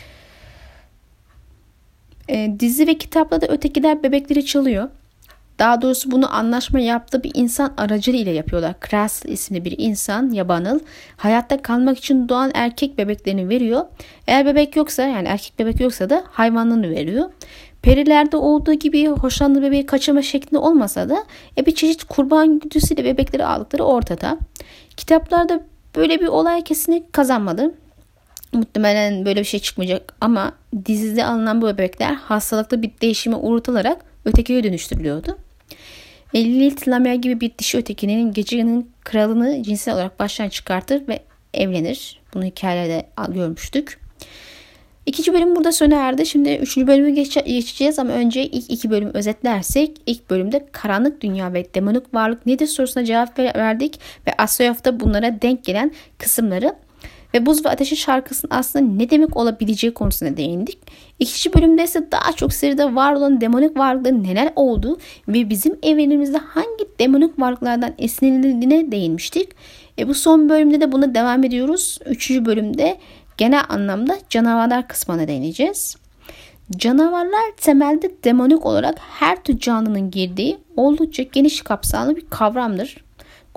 E, dizi ve kitaplarda ötekiler bebekleri çalıyor. Daha doğrusu bunu anlaşma yaptığı bir insan aracılığıyla yapıyorlar. Kras isimli bir insan, Yabanıl, hayatta kalmak için doğan erkek bebeklerini veriyor. Eğer bebek yoksa, yani erkek bebek yoksa da hayvanlarını veriyor. Perilerde olduğu gibi hoşlandığı bebeği kaçırma şeklinde olmasa da e, bir çeşit kurban güdüsüyle bebekleri aldıkları ortada. Kitaplarda böyle bir olay kesinlikle kazanmadı. Muhtemelen böyle bir şey çıkmayacak ama dizide alınan bu bebekler hastalıklı bir değişime uğratılarak ötekiye dönüştürülüyordu. Lilith Lamia gibi bir dişi ötekinin gecenin kralını cinsel olarak baştan çıkartır ve evlenir. Bunu hikayelerde görmüştük. İkinci bölüm burada sona erdi. Şimdi üçüncü bölümü geçeceğiz ama önce ilk iki bölümü özetlersek ilk bölümde karanlık dünya ve demonik varlık nedir sorusuna cevap verdik ve Asyöf'te bunlara denk gelen kısımları ve Buz ve Ateşin şarkısının aslında ne demek olabileceği konusuna değindik. İkinci bölümde ise daha çok seride var olan demonik varlıkların neler olduğu ve bizim evrenimizde hangi demonik varlıklardan esinlenildiğine değinmiştik. E bu son bölümde de buna devam ediyoruz. Üçüncü bölümde genel anlamda canavarlar kısmına değineceğiz. Canavarlar temelde demonik olarak her tür canlının girdiği oldukça geniş kapsamlı bir kavramdır.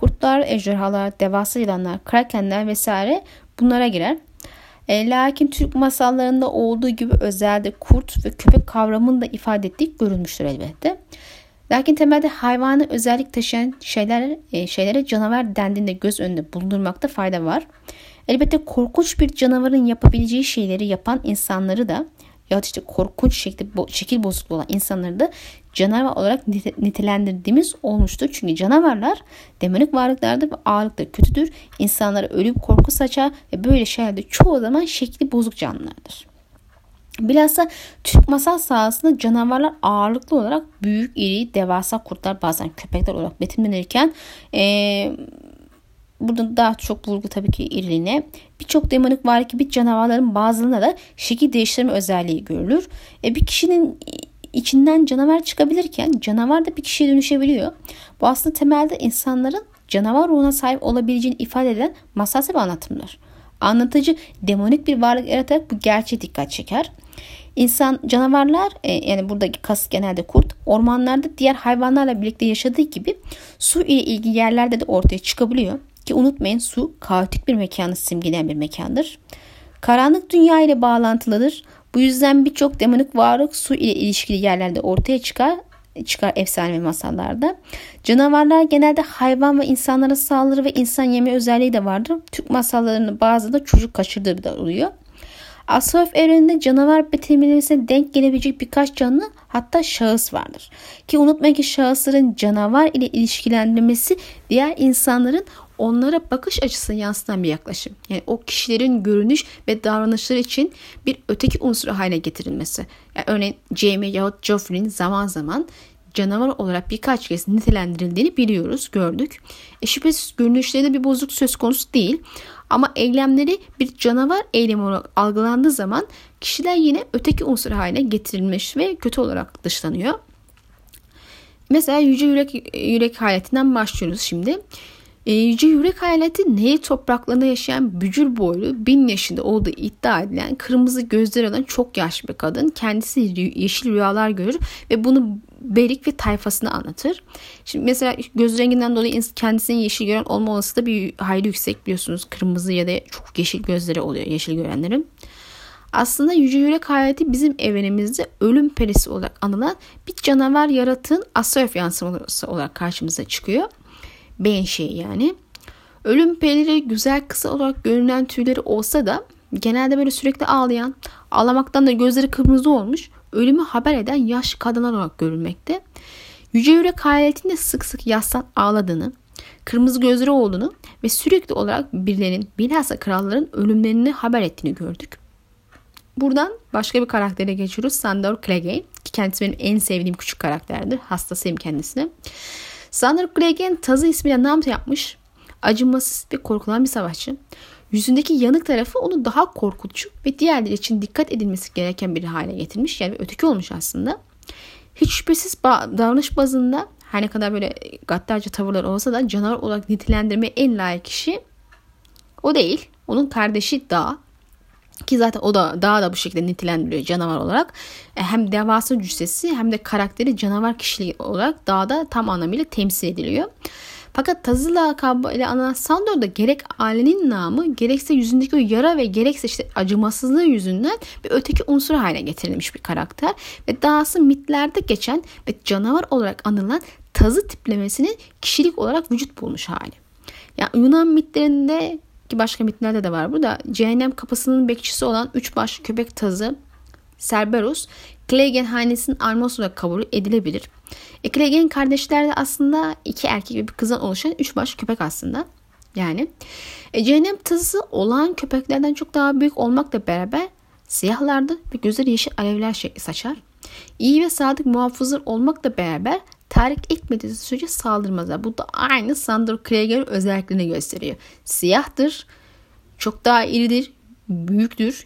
Kurtlar, ejderhalar, devasa yılanlar, krakenler vesaire bunlara girer. E, lakin Türk masallarında olduğu gibi özelde kurt ve köpek kavramını da ifade ettiği görülmüştür elbette. Lakin temelde hayvanı özellik taşıyan şeyler, e, şeylere canavar dendiğinde göz önünde bulundurmakta fayda var. Elbette korkunç bir canavarın yapabileceği şeyleri yapan insanları da ya işte korkunç şekil, şekil bozukluğu olan insanları da canavar olarak nitelendirdiğimiz olmuştur. Çünkü canavarlar demonik varlıklardır ve ağırlıkta kötüdür. İnsanlara ölüm korku saçar ve böyle şeylerde çoğu zaman şekli bozuk canlılardır. Bilhassa Türk masal sahasında canavarlar ağırlıklı olarak büyük, iri, devasa kurtlar, bazen köpekler olarak betimlenirken ee, burada daha çok vurgu tabii ki iriliğine. Birçok demonik varlık gibi canavarların bazılarında da şekil değiştirme özelliği görülür. E, bir kişinin içinden canavar çıkabilirken canavar da bir kişiye dönüşebiliyor. Bu aslında temelde insanların canavar ruhuna sahip olabileceğini ifade eden masalsal bir anlatımdır. Anlatıcı demonik bir varlık yaratarak bu gerçeğe dikkat çeker. İnsan canavarlar e, yani buradaki kast genelde kurt ormanlarda diğer hayvanlarla birlikte yaşadığı gibi su ile ilgili yerlerde de ortaya çıkabiliyor. Ki unutmayın su kaotik bir mekanı simgeleyen bir mekandır. Karanlık dünya ile bağlantılıdır. Bu yüzden birçok demonik varlık su ile ilişkili yerlerde ortaya çıkar. çıkar efsane ve masallarda. Canavarlar genelde hayvan ve insanlara saldırı ve insan yeme özelliği de vardır. Türk masallarının bazıları çocuk kaçırdığı da oluyor. Asof evreninde canavar betimlemesine denk gelebilecek birkaç canlı hatta şahıs vardır. Ki unutmayın ki şahısların canavar ile ilişkilendirmesi diğer insanların onlara bakış açısını yansıtan bir yaklaşım. Yani o kişilerin görünüş ve davranışları için bir öteki unsur haline getirilmesi. Yani örneğin Jaime yahut Joffrey'nin zaman zaman canavar olarak birkaç kez nitelendirildiğini biliyoruz, gördük. E şüphesiz görünüşlerinde bir bozukluk söz konusu değil. Ama eylemleri bir canavar eylemi olarak algılandığı zaman kişiler yine öteki unsur haline getirilmiş ve kötü olarak dışlanıyor. Mesela Yüce Yürek, yürek hayaletinden başlıyoruz şimdi. E, Yüce Yürek hayaleti Nehir topraklarında yaşayan bücür boylu, bin yaşında olduğu iddia edilen kırmızı gözleri olan çok yaşlı bir kadın. Kendisi yeşil rüyalar görür ve bunu Berik ve tayfasını anlatır. Şimdi mesela göz renginden dolayı kendisinin yeşil gören olma olasılığı da bir hayli yüksek, biliyorsunuz. Kırmızı ya da çok yeşil gözleri oluyor yeşil görenlerin. Aslında Yüce Yürek hayaleti bizim evrenimizde ölüm perisi olarak anılan bir canavar yaratığın Asof yansıması olarak karşımıza çıkıyor. Banshee yani. Ölüm perileri güzel kısa olarak görünen tüyleri olsa da genelde böyle sürekli ağlayan, ağlamaktan da gözleri kırmızı olmuş, ölümü haber eden yaşlı kadınlar olarak görülmekte. Yüce Yürek hayaletinde sık sık yaslan ağladığını, kırmızı gözleri olduğunu ve sürekli olarak birilerinin, bilhassa kralların ölümlerini haber ettiğini gördük. Buradan başka bir karaktere geçiyoruz. Sandor Clegane, ki kendisi benim en sevdiğim küçük karakterdir. Hastasıyım kendisine. Sandor Clegane tazı ismiyle nam yapmış, acımasız ve korkulan bir savaşçı. Yüzündeki yanık tarafı onu daha korkutucu ve diğerleri için dikkat edilmesi gereken bir hale getirmiş. Yani öteki olmuş aslında. Hiç şüphesiz davranış bazında her ne kadar böyle gaddarca tavırlar olsa da canavar olarak nitelendirmeye en layık kişi o değil. Onun kardeşi Dağ. Ki zaten o da Dağ da bu şekilde nitelendiriliyor canavar olarak. Hem devasa cüssesi hem de karakteri canavar kişiliği olarak Dağ'da tam anlamıyla temsil ediliyor. Fakat tazı lakabı ile anılan Sandor da gerek ailenin namı, gerekse yüzündeki o yara ve gerekse işte acımasızlığı yüzünden bir öteki unsur haline getirilmiş bir karakter. Ve dahası mitlerde geçen ve canavar olarak anılan tazı tiplemesinin kişilik olarak vücut bulmuş hali. Yani Yunan mitlerinde ki başka mitlerde de var bu da cehennem kapısının bekçisi olan üç başlı köpek tazı Cerberus, Clegane hanesinin arması olarak kabul edilebilir. E, Clegane kardeşler de aslında iki erkek ve bir kızdan oluşan üç baş köpek aslında. Yani e, cehennem tazısı olan köpeklerden çok daha büyük olmakla beraber siyahlardı ve gözleri yeşil alevler şekli saçar. İyi ve sadık muhafızlar olmakla beraber tahrik etmediği sürece saldırmazlar. Bu da aynı Sandor Clegane özelliklerini gösteriyor. Siyahtır, çok daha iridir, büyüktür.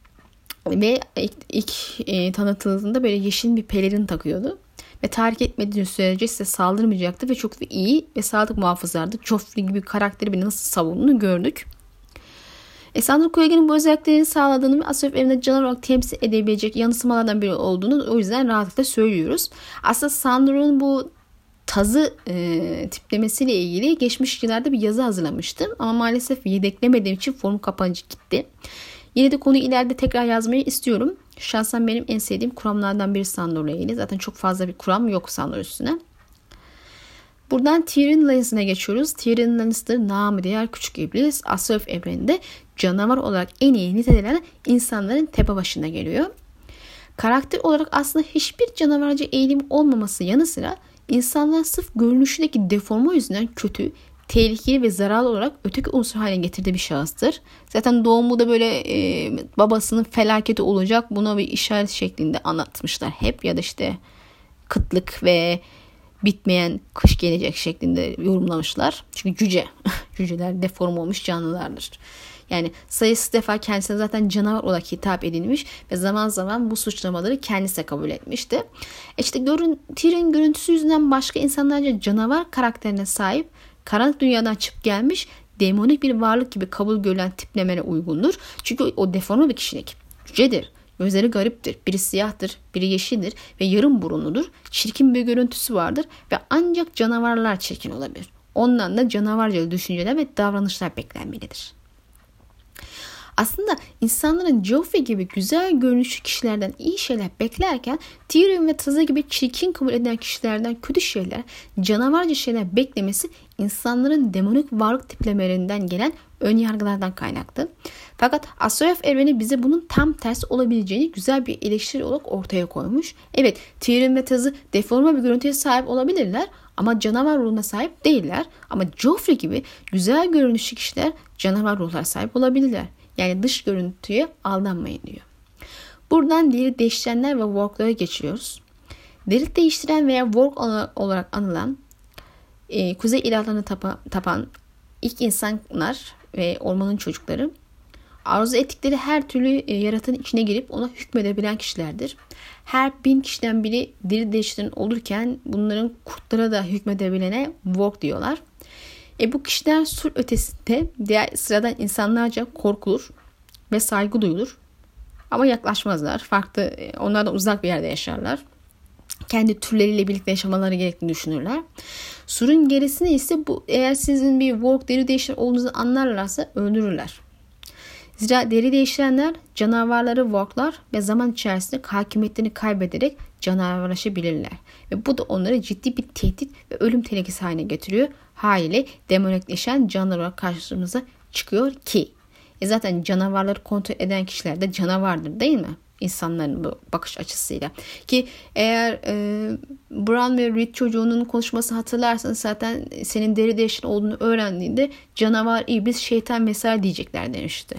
Ve ilk, ilk e, tanıtıldığında böyle yeşil bir pelerin takıyordu. Ve tahrik etmediği sürece size saldırmayacaktı ve çok da iyi ve sadık muhafızlardı. Joffrey gibi karakteri bile nasıl savunduğunu gördük. E, Sandor Clegane'in bu özelliklerini sağladığını ve Asof evinde canavar olarak temsil edebilecek yansımalardan biri olduğunu o yüzden rahatlıkla söylüyoruz. Aslında Sandor'un bu tazı e, tiplemesiyle ilgili geçmiş yıllarda bir yazı hazırlamıştım. Ama maalesef yedeklemediğim için formu kapanıcı gitti. Yine de konuyu ileride tekrar yazmayı istiyorum. Şahsen benim en sevdiğim kuramlardan biri Sandor'la ilgili. Zaten çok fazla bir kuram yok Sandor üstüne. Buradan Tyrion Lannister'a geçiyoruz. Tyrion Lannister namı diğer küçük iblis Asyaf evreninde canavar olarak en iyi nitelenen insanların tepe başında geliyor. Karakter olarak aslında hiçbir canavarcı eğilim olmaması yanı sıra insanların sırf görünüşündeki deforma yüzünden kötü, tehlikeli ve zararlı olarak öteki unsur haline getirdiği bir şahıstır. Zaten doğumu da böyle e, babasının felaketi olacak, buna bir işaret şeklinde anlatmışlar hep, ya da işte kıtlık ve bitmeyen kış gelecek şeklinde yorumlamışlar. Çünkü cüce, cüceler deform olmuş canlılardır. Yani sayısız defa kendisine zaten canavar olarak hitap edilmiş ve zaman zaman bu suçlamaları kendisi kabul etmişti. E işte görün, Tyrion görüntüsü yüzünden başka insanlarca canavar karakterine sahip, karanlık dünyadan çıkıp gelmiş demonik bir varlık gibi kabul görülen tiplemene uygundur. Çünkü o deforme bir kişilik. Cücedir. Gözleri gariptir. Biri siyahtır, biri yeşildir ve yarım burunludur. Çirkin bir görüntüsü vardır ve ancak canavarlar çirkin olabilir. Ondan da canavarca düşünceler ve davranışlar beklenmelidir. Aslında insanların Joffrey gibi güzel görünüşlü kişilerden iyi şeyler beklerken Tyrion ve Tazı gibi çirkin kabul eden kişilerden kötü şeyler, canavarca şeyler beklemesi insanların demonik varlık tiplemelerinden gelen ön yargılardan kaynaklı. Fakat Asyaf evreni bize bunun tam tersi olabileceğini güzel bir eleştiri olarak ortaya koymuş. Evet, Tyrion ve Tazı deforme bir görüntüye sahip olabilirler ama canavar ruhuna sahip değiller. Ama Joffrey gibi güzel görünüşlü kişiler canavar ruhlara sahip olabilirler. Yani dış görüntüye aldanmayın diyor. Buradan deri değiştirenler ve Warg'lara geçiyoruz. Deri değiştiren veya Warg olarak anılan e, kuzey ilahlarına tapa, tapan ilk insanlar ve ormanın çocukları arzu ettikleri her türlü e, yaratığın içine girip ona hükmedebilen kişilerdir. Her bin kişiden biri deri değiştiren olurken bunların kurtlara da hükmedebilene Warg diyorlar. E bu kişiler sur ötesinde diğer sıradan insanlarca korkulur ve saygı duyulur. Ama yaklaşmazlar. Farklı, onlardan uzak bir yerde yaşarlar. Kendi türleriyle birlikte yaşamaları gerektiğini düşünürler. Surun gerisini ise bu, eğer sizin bir Warg deri değiştiren olduğunuzu anlarlarsa öldürürler. Zira deri değiştirenler canavarları Warg'lar ve zaman içerisinde hakimiyetlerini kaybederek canavarlaşabilirler. Ve bu da onları ciddi bir tehdit ve ölüm tehlikesi haline getiriyor. Haliyle demonikleşen canlılar olarak karşımıza çıkıyor ki e zaten canavarları kontrol eden kişiler de canavardır değil mi? İnsanların bu bakış açısıyla. Ki eğer e, Bran ve Reed çocuğunun konuşması hatırlarsanız zaten senin deri değiştiren olduğunu öğrendiğinde canavar, iblis, şeytan vesaire diyecekler demişti.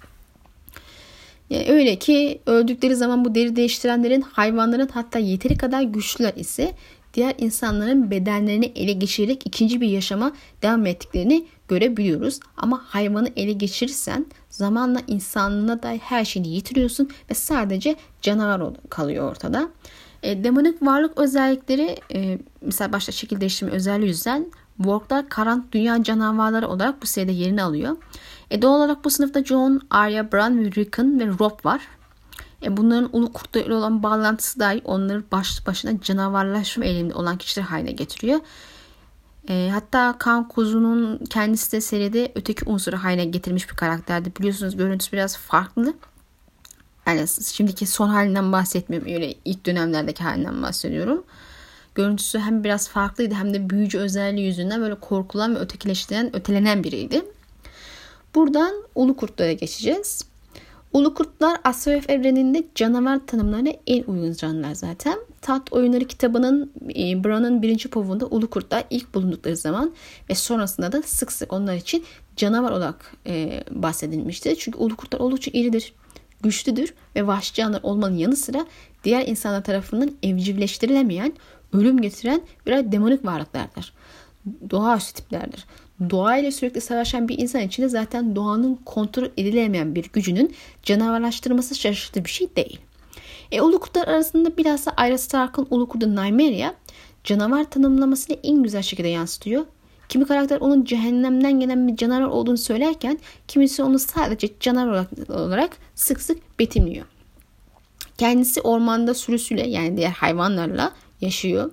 Yani öyle ki öldükleri zaman bu deri değiştirenlerin hayvanların hatta yeteri kadar güçlüler ise diğer insanların bedenlerini ele geçirerek ikinci bir yaşama devam ettiklerini görebiliyoruz. Ama hayvanı ele geçirirsen zamanla insanlığına dair her şeyini yitiriyorsun ve sadece canavar kalıyor ortada. E, demonik varlık özellikleri e, mesela başta şekil değiştirme özelliği yüzden Warg'lar karanlık dünya canavarları olarak bu seride yerini alıyor. E, doğal olarak bu sınıfta Jon, Arya, Bran, Rickon ve Robb var. E, bunların ulu kurtlarıyla olan bağlantısı dahi onları baş başına canavarlaşma eğiliminde olan kişiler haline getiriyor. E, hatta Kan Kuzu'nun kendisi de seride öteki unsuru haline getirmiş bir karakterdi. Biliyorsunuz görüntüsü biraz farklı. Yani şimdiki son halinden bahsetmiyorum. Öyle ilk dönemlerdeki halinden bahsediyorum. Görüntüsü hem biraz farklıydı hem de büyücü özelliği yüzünden böyle korkulan ve ötekileştirilen, ötelenen biriydi. Buradan ulu kurtlara geçeceğiz. Ulu kurtlar Asyaf evreninde canavar tanımlarına en uygun canlılar zaten. Taht Oyunları kitabının e, Bran'ın birinci povunda ulu kurtlar ilk bulundukları zaman ve sonrasında da sık sık onlar için canavar olarak e, bahsedilmiştir. Çünkü ulu kurtlar oldukça iridir, güçlüdür ve vahşi canlılar olmanın yanı sıra diğer insanlar tarafından evcilleştirilemeyen, ölüm getiren birer demonik varlıklardır. Doğaüstü tiplerdir. Doğayla sürekli savaşan bir insan için de zaten doğanın kontrol edilemeyen bir gücünün canavarlaştırması şaşırtıcı bir şey değil. E, ulu kurtlar arasında bilhassa Arya Stark'ın ulu kurdu Nymeria canavar tanımlamasını en güzel şekilde yansıtıyor. Kimi karakter onun cehennemden gelen bir canavar olduğunu söylerken kimisi onu sadece canavar olarak, olarak sık sık betimliyor. Kendisi ormanda sürüsüyle yani diğer hayvanlarla yaşıyor.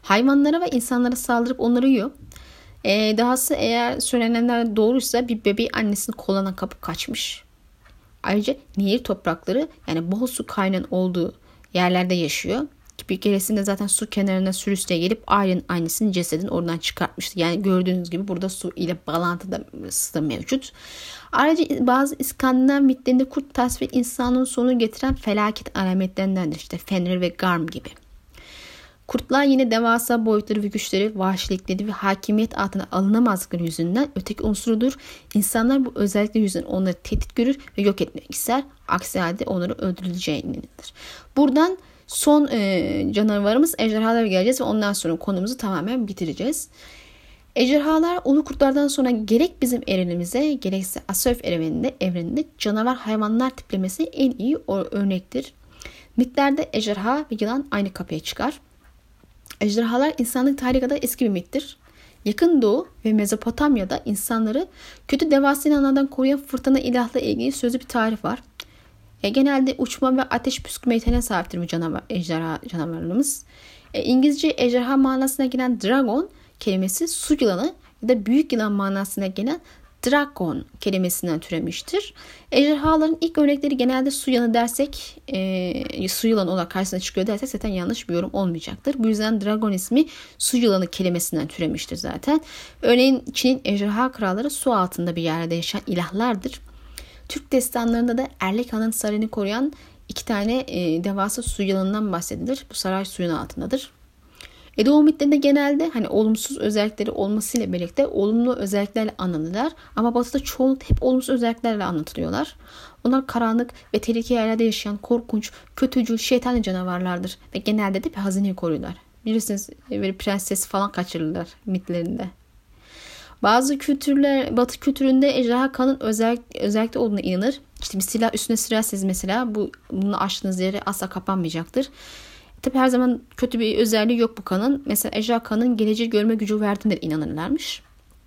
Hayvanlara ve insanlara saldırıp onları yiyor. Ee, dahası eğer söylenenler doğruysa bir bebeği annesini koluna kapıp kaçmış. Ayrıca nehir toprakları yani bol su kaynağının olduğu yerlerde yaşıyor. Bir keresinde zaten su kenarına sürüsüne gelip ailenin annesinin cesedini oradan çıkartmıştı. Yani gördüğünüz gibi burada su ile bağlantıda da mevcut. Ayrıca bazı İskandinav mitlerinde kurt tasvir insanlığın sonunu getiren felaket alametlerindendir. İşte Fenrir ve Garm gibi. Kurtlar yine devasa boyutları ve güçleri, vahşilikleri ve hakimiyet altına alınamazlıkları yüzünden öteki unsurdur. İnsanlar bu özellikle yüzünden onları tehdit görür ve yok etmek ister. Aksi halde onları öldürüleceğine inanılır. Buradan son e, canavarımız ejderhalara geleceğiz ve ondan sonra konumuzu tamamen bitireceğiz. Ejderhalar ulu kurtlardan sonra gerek bizim evrenimize gerekse Asöf evreninde, evreninde canavar hayvanlar tiplemesi en iyi örnektir. Mitlerde ejderha ve yılan aynı kapıya çıkar. Ejderhalar insanlık tarihi kadar eski bir mittir. Yakın Doğu ve Mezopotamya'da insanları kötü devasa inanlardan koruyan fırtına ilahla ilgili sözlü bir tarif var. E, genelde uçma ve ateş püskürme yeteneğine sahiptir bu canavar, ejderha canavarlarımız. E, İngilizce ejderha manasına gelen dragon kelimesi su yılanı ya da büyük yılan manasına gelen dragon kelimesinden türemiştir. Ejderhaların ilk örnekleri genelde su yılanı dersek, e, su yılanı olarak karşısına çıkıyor dersek zaten yanlış bir yorum olmayacaktır. Bu yüzden dragon ismi su yılanı kelimesinden türemiştir zaten. Örneğin Çin'in ejderha kralları su altında bir yerde yaşayan ilahlardır. Türk destanlarında da Erlik Han'ın sarayını koruyan iki tane e, devasa su yılanından bahsedilir. Bu saray suyun altındadır. E Doğu mitlerinde genelde hani olumsuz özellikleri olmasıyla birlikte olumlu özelliklerle anılırlar. Ama Batı'da çoğunlukla hep olumsuz özelliklerle anlatılıyorlar. Onlar karanlık ve tehlikeli yerlerde yaşayan korkunç, kötücül, şeytani canavarlardır. Ve genelde de bir hazineyi koruyurlar. Bilirsiniz böyle prenses falan kaçırırlar mitlerinde. Bazı kültürler, Batı kültüründe ejderha kanın özellik, özellikle olduğuna inanır. İşte bir silah üstüne sürerseniz mesela bu, bunu açtığınız yere asla kapanmayacaktır. Tabi her zaman kötü bir özelliği yok bu kanın. Mesela ejderha kanın geleceği görme gücü verdiğine inanırlarmış.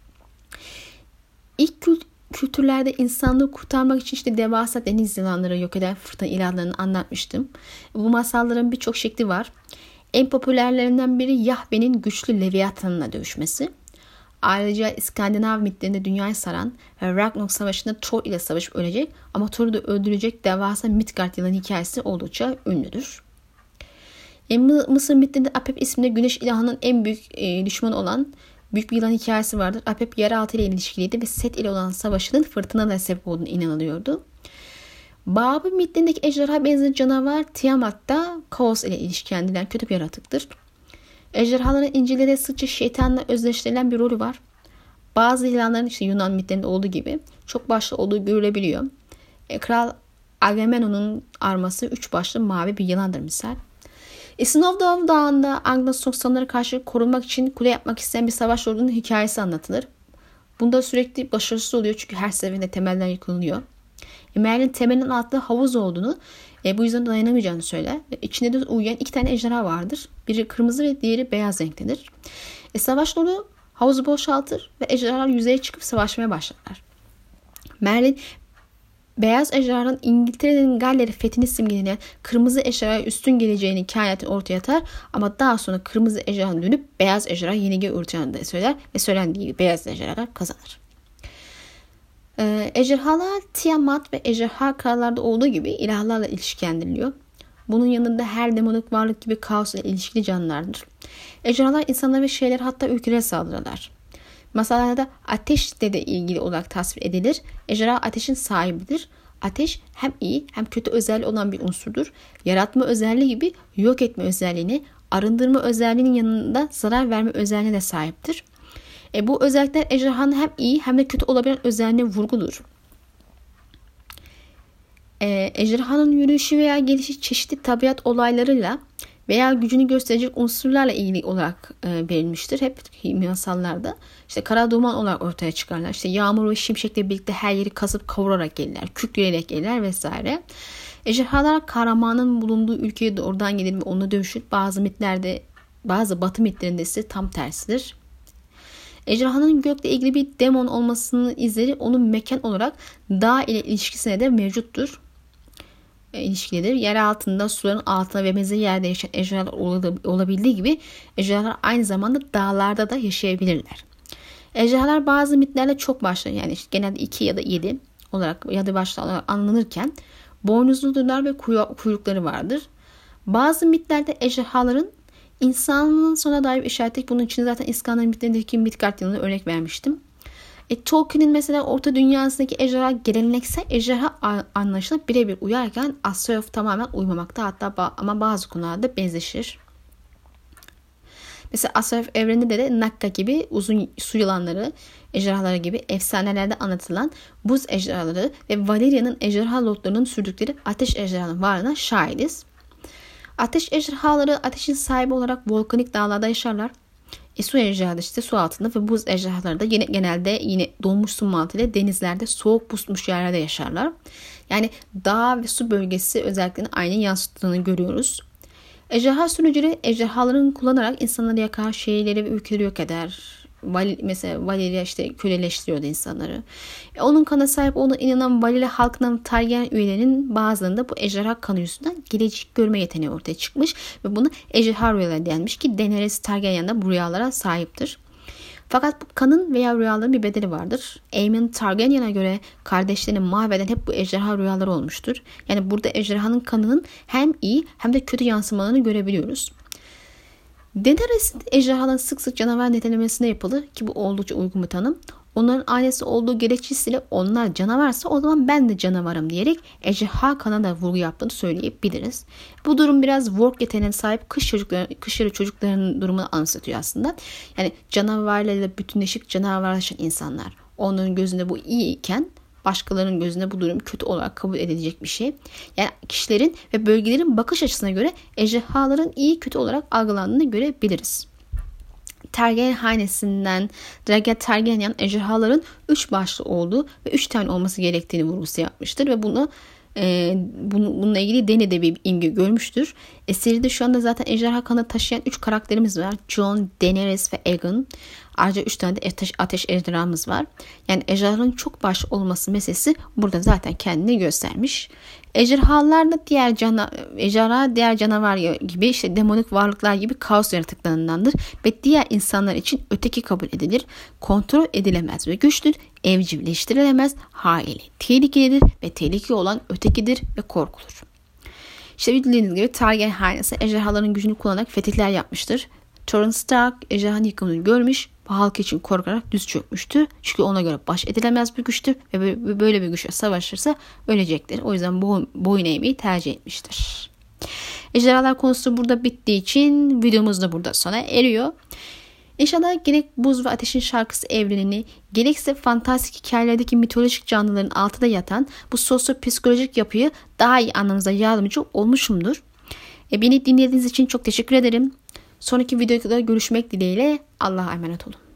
İlk kült kültürlerde insanlığı kurtarmak için işte devasa deniz yılanları yok eden fırtına ilahlarını anlatmıştım. Bu masalların birçok şekli var. En popülerlerinden biri Yahve'nin güçlü Leviathan'la dövüşmesi. Ayrıca İskandinav mitlerinde dünyayı saran ve Ragnarok Savaşı'nda Thor ile savaşıp ölecek ama Thor'u da öldürecek devasa Midgard yılanı hikayesi oldukça ünlüdür. E, Mısır mitlerinde Apep isminde güneş ilahının en büyük e, düşmanı olan büyük bir yılan hikayesi vardır. Apep yeraltı ile ilişkiliydi ve Set ile olan savaşının fırtınada sebep olduğunu inanılıyordu. Babı mitlerindeki ejderha benzeri canavar Tiamat da kaos ile ilişkilendirilen kötü bir yaratıktır. Ejderhaların İncil'de sıkça şeytanla özdeştirilen bir rolü var. Bazı ilanların işte Yunan mitlerinde olduğu gibi çok başlı olduğu görülebiliyor. E, Kral Agamemnon'un arması üç başlı mavi bir yılandır misal. E, Snowdon Dağı'nda Anglo-Saksonlara karşı korunmak için kule yapmak isteyen bir savaş ordunun hikayesi anlatılır. Bunda sürekli başarısız oluyor çünkü her seferinde temelden yıkılıyor. E, Merlin temelin altında havuz olduğunu, e, bu yüzden dayanamayacağını söyler. E, içinde de uyuyan iki tane ejderha vardır. Biri kırmızı ve diğeri beyaz renktedir. E, savaş ordu havuzu boşaltır ve ejderhalar yüzeye çıkıp savaşmaya başlarlar. Merlin beyaz ejderhanın İngiltere'nin Galler'i fethini simgeleyen kırmızı ejderhaya üstün geleceğini hikayetini ortaya atar ama daha sonra kırmızı ejderhanın dönüp beyaz ejderha yenilgi uğrayacağını da söyler ve söylendiği gibi beyaz ejderhalar kazanır. Ee, ejderhalar Tiamat ve ejderha krallarda olduğu gibi ilahlarla ilişkilendiriliyor. Bunun yanında her demonik varlık gibi kaos ile ilişkili canlılardır. Ejderhalar insanlar ve şeyler hatta ülkelere saldırırlar. Masallarda ateşle de ilgili olarak tasvir edilir. Ejderha ateşin sahibidir. Ateş hem iyi hem kötü özelliği olan bir unsurdur. Yaratma özelliği gibi yok etme özelliğine, arındırma özelliğinin yanında zarar verme özelliğine de sahiptir. E, bu özellikler ejderhanın hem iyi hem de kötü olabilen özelliğine vurgudur. E, ejderhanın yürüyüşü veya gelişi çeşitli tabiat olaylarıyla veya gücünü gösterecek unsurlarla ilgili olarak e, verilmiştir. Hep masallarda işte kara duman olarak ortaya çıkarlar. İşte yağmur ve şimşekle birlikte her yeri kasıp kavurarak gelirler. Kükreyerek gelirler vesaire. Ejderhalar kahramanın bulunduğu ülkeye de oradan gelir ve onunla dövüşür. Bazı mitlerde, bazı batı mitlerinde ise tam tersidir. Ejderhanın gökle ilgili bir demon olmasının izleri onun mekan olarak dağ ile ilişkisine de mevcuttur. ilişkilidir. Yer altında, suların altında ve meze yerde yaşayan ejderhalar olabildiği gibi ejderhalar aynı zamanda dağlarda da yaşayabilirler. Ejderhalar bazı mitlerde çok başlı, yani işte genelde iki ya da yedi olarak ya da başlı olarak anlanırken boynuzludurlar ve kuyrukları vardır. Bazı mitlerde ejderhaların insanlığın sona dair işareti. Bunun için zaten İskandinav mitlerindeki Midgard yılını örnek vermiştim. E, Tolkien'in mesela Orta Dünyası'ndaki ejderha geleneksel ejderha anlayışına birebir uyarken Asimov tamamen uymamakta, hatta ba- ama bazı konularda benzeşir. Mesela Asimov evreninde de Nakka gibi uzun su yılanları, ejderhaları gibi efsanelerde anlatılan buz ejderhaları ve Valeria'nın ejderha lordlarının sürdükleri ateş ejderhanın varlığına şahidiz. Ateş ejderhaları ateşin sahibi olarak volkanik dağlarda yaşarlar. E, su ejderhaları işte su altında ve buz ejderhaları da yine genelde yine donmuş su mantığıyla denizlerde soğuk pusmuş yerlerde yaşarlar. Yani dağ ve su bölgesi özelliklerini aynı yansıttığını görüyoruz. Ejderha sürücüleri ejderhalarını kullanarak insanları yakar, şehirleri ve ülkeleri yok eder. Val, mesela Valeria işte köleleştiriyordu insanları. E, onun kana sahip ona inanan Valeria halkının Targaryen üyelerinin bazılarında bu ejderha kanı yüzünden gelecek görme yeteneği ortaya çıkmış ve buna ejderha rüyaları denmiş ki Daenerys Targaryen de bu rüyalara sahiptir. Fakat bu kanın veya rüyaların bir bedeli vardır. Aemon Targaryen'a göre kardeşlerini mahveden hep bu ejderha rüyaları olmuştur. Yani burada ejderhanın kanının hem iyi hem de kötü yansımalarını görebiliyoruz. Daenerys'in ejderhaların sık sık canavar nitelemesine yapılır ki bu oldukça uygun bir tanım. Onların ailesi olduğu gerekçesiyle onlar canavarsa o zaman ben de canavarım diyerek ejderha kanına da vurgu yaptığını söyleyebiliriz. Bu durum biraz work yeteneğine sahip kış çocukları, kışları çocukların durumunu anımsatıyor aslında. Yani canavarlarla bütünleşik canavarlaşan insanlar. Onların gözünde bu iyi iken başkalarının gözünde bu durum kötü olarak kabul edilecek bir şey. Yani kişilerin ve bölgelerin bakış açısına göre ejderhaların iyi kötü olarak algılandığını görebiliriz. Targaryen hanesinden Draga Targaryen ejderhaların üç başlı olduğu ve üç tane olması gerektiğini vurgusu yapmıştır ve bunu e, bunu, bununla ilgili Dany de bir imge görmüştür. E, seride şu anda zaten ejderha kanı taşıyan üç karakterimiz var. Jon, Daenerys ve Aegon. Ayrıca üç tane de ateş, ateş ejderhamız var. Yani ejderhaların çok başlı olması meselesi burada zaten kendini göstermiş. Ejderhalar da diğer cana, ejderha diğer canavar gibi işte demonik varlıklar gibi kaos yaratıklarındandır ve diğer insanlar için öteki kabul edilir, kontrol edilemez ve güçlüdür, evcilleştirilemez, haliyle tehlikelidir ve tehlikeli olan ötekidir ve korkulur. İşte bildiğiniz gibi Targaryen hanesi ejderhaların gücünü kullanarak fetihler yapmıştır. Torrhen Stark ejderhanın yıkımını görmüş, bu halk için korkarak düz çökmüştü. Çünkü ona göre baş edilemez bir güçtür ve böyle bir güçle savaşırsa ölecektir. O yüzden boyun eğmeyi tercih etmiştir. Ejderhalar konusu burada bittiği için videomuz da burada sona eriyor. İnşallah gerek Buz ve Ateşin Şarkısı evrenini, gerekse fantastik hikayelerdeki mitolojik canlıların altında yatan bu sosyo-psikolojik yapıyı daha iyi anlamamıza yardımcı olmuşumdur. E, beni dinlediğiniz için çok teşekkür ederim. Sonraki videoda görüşmek dileğiyle Allah'a emanet olun.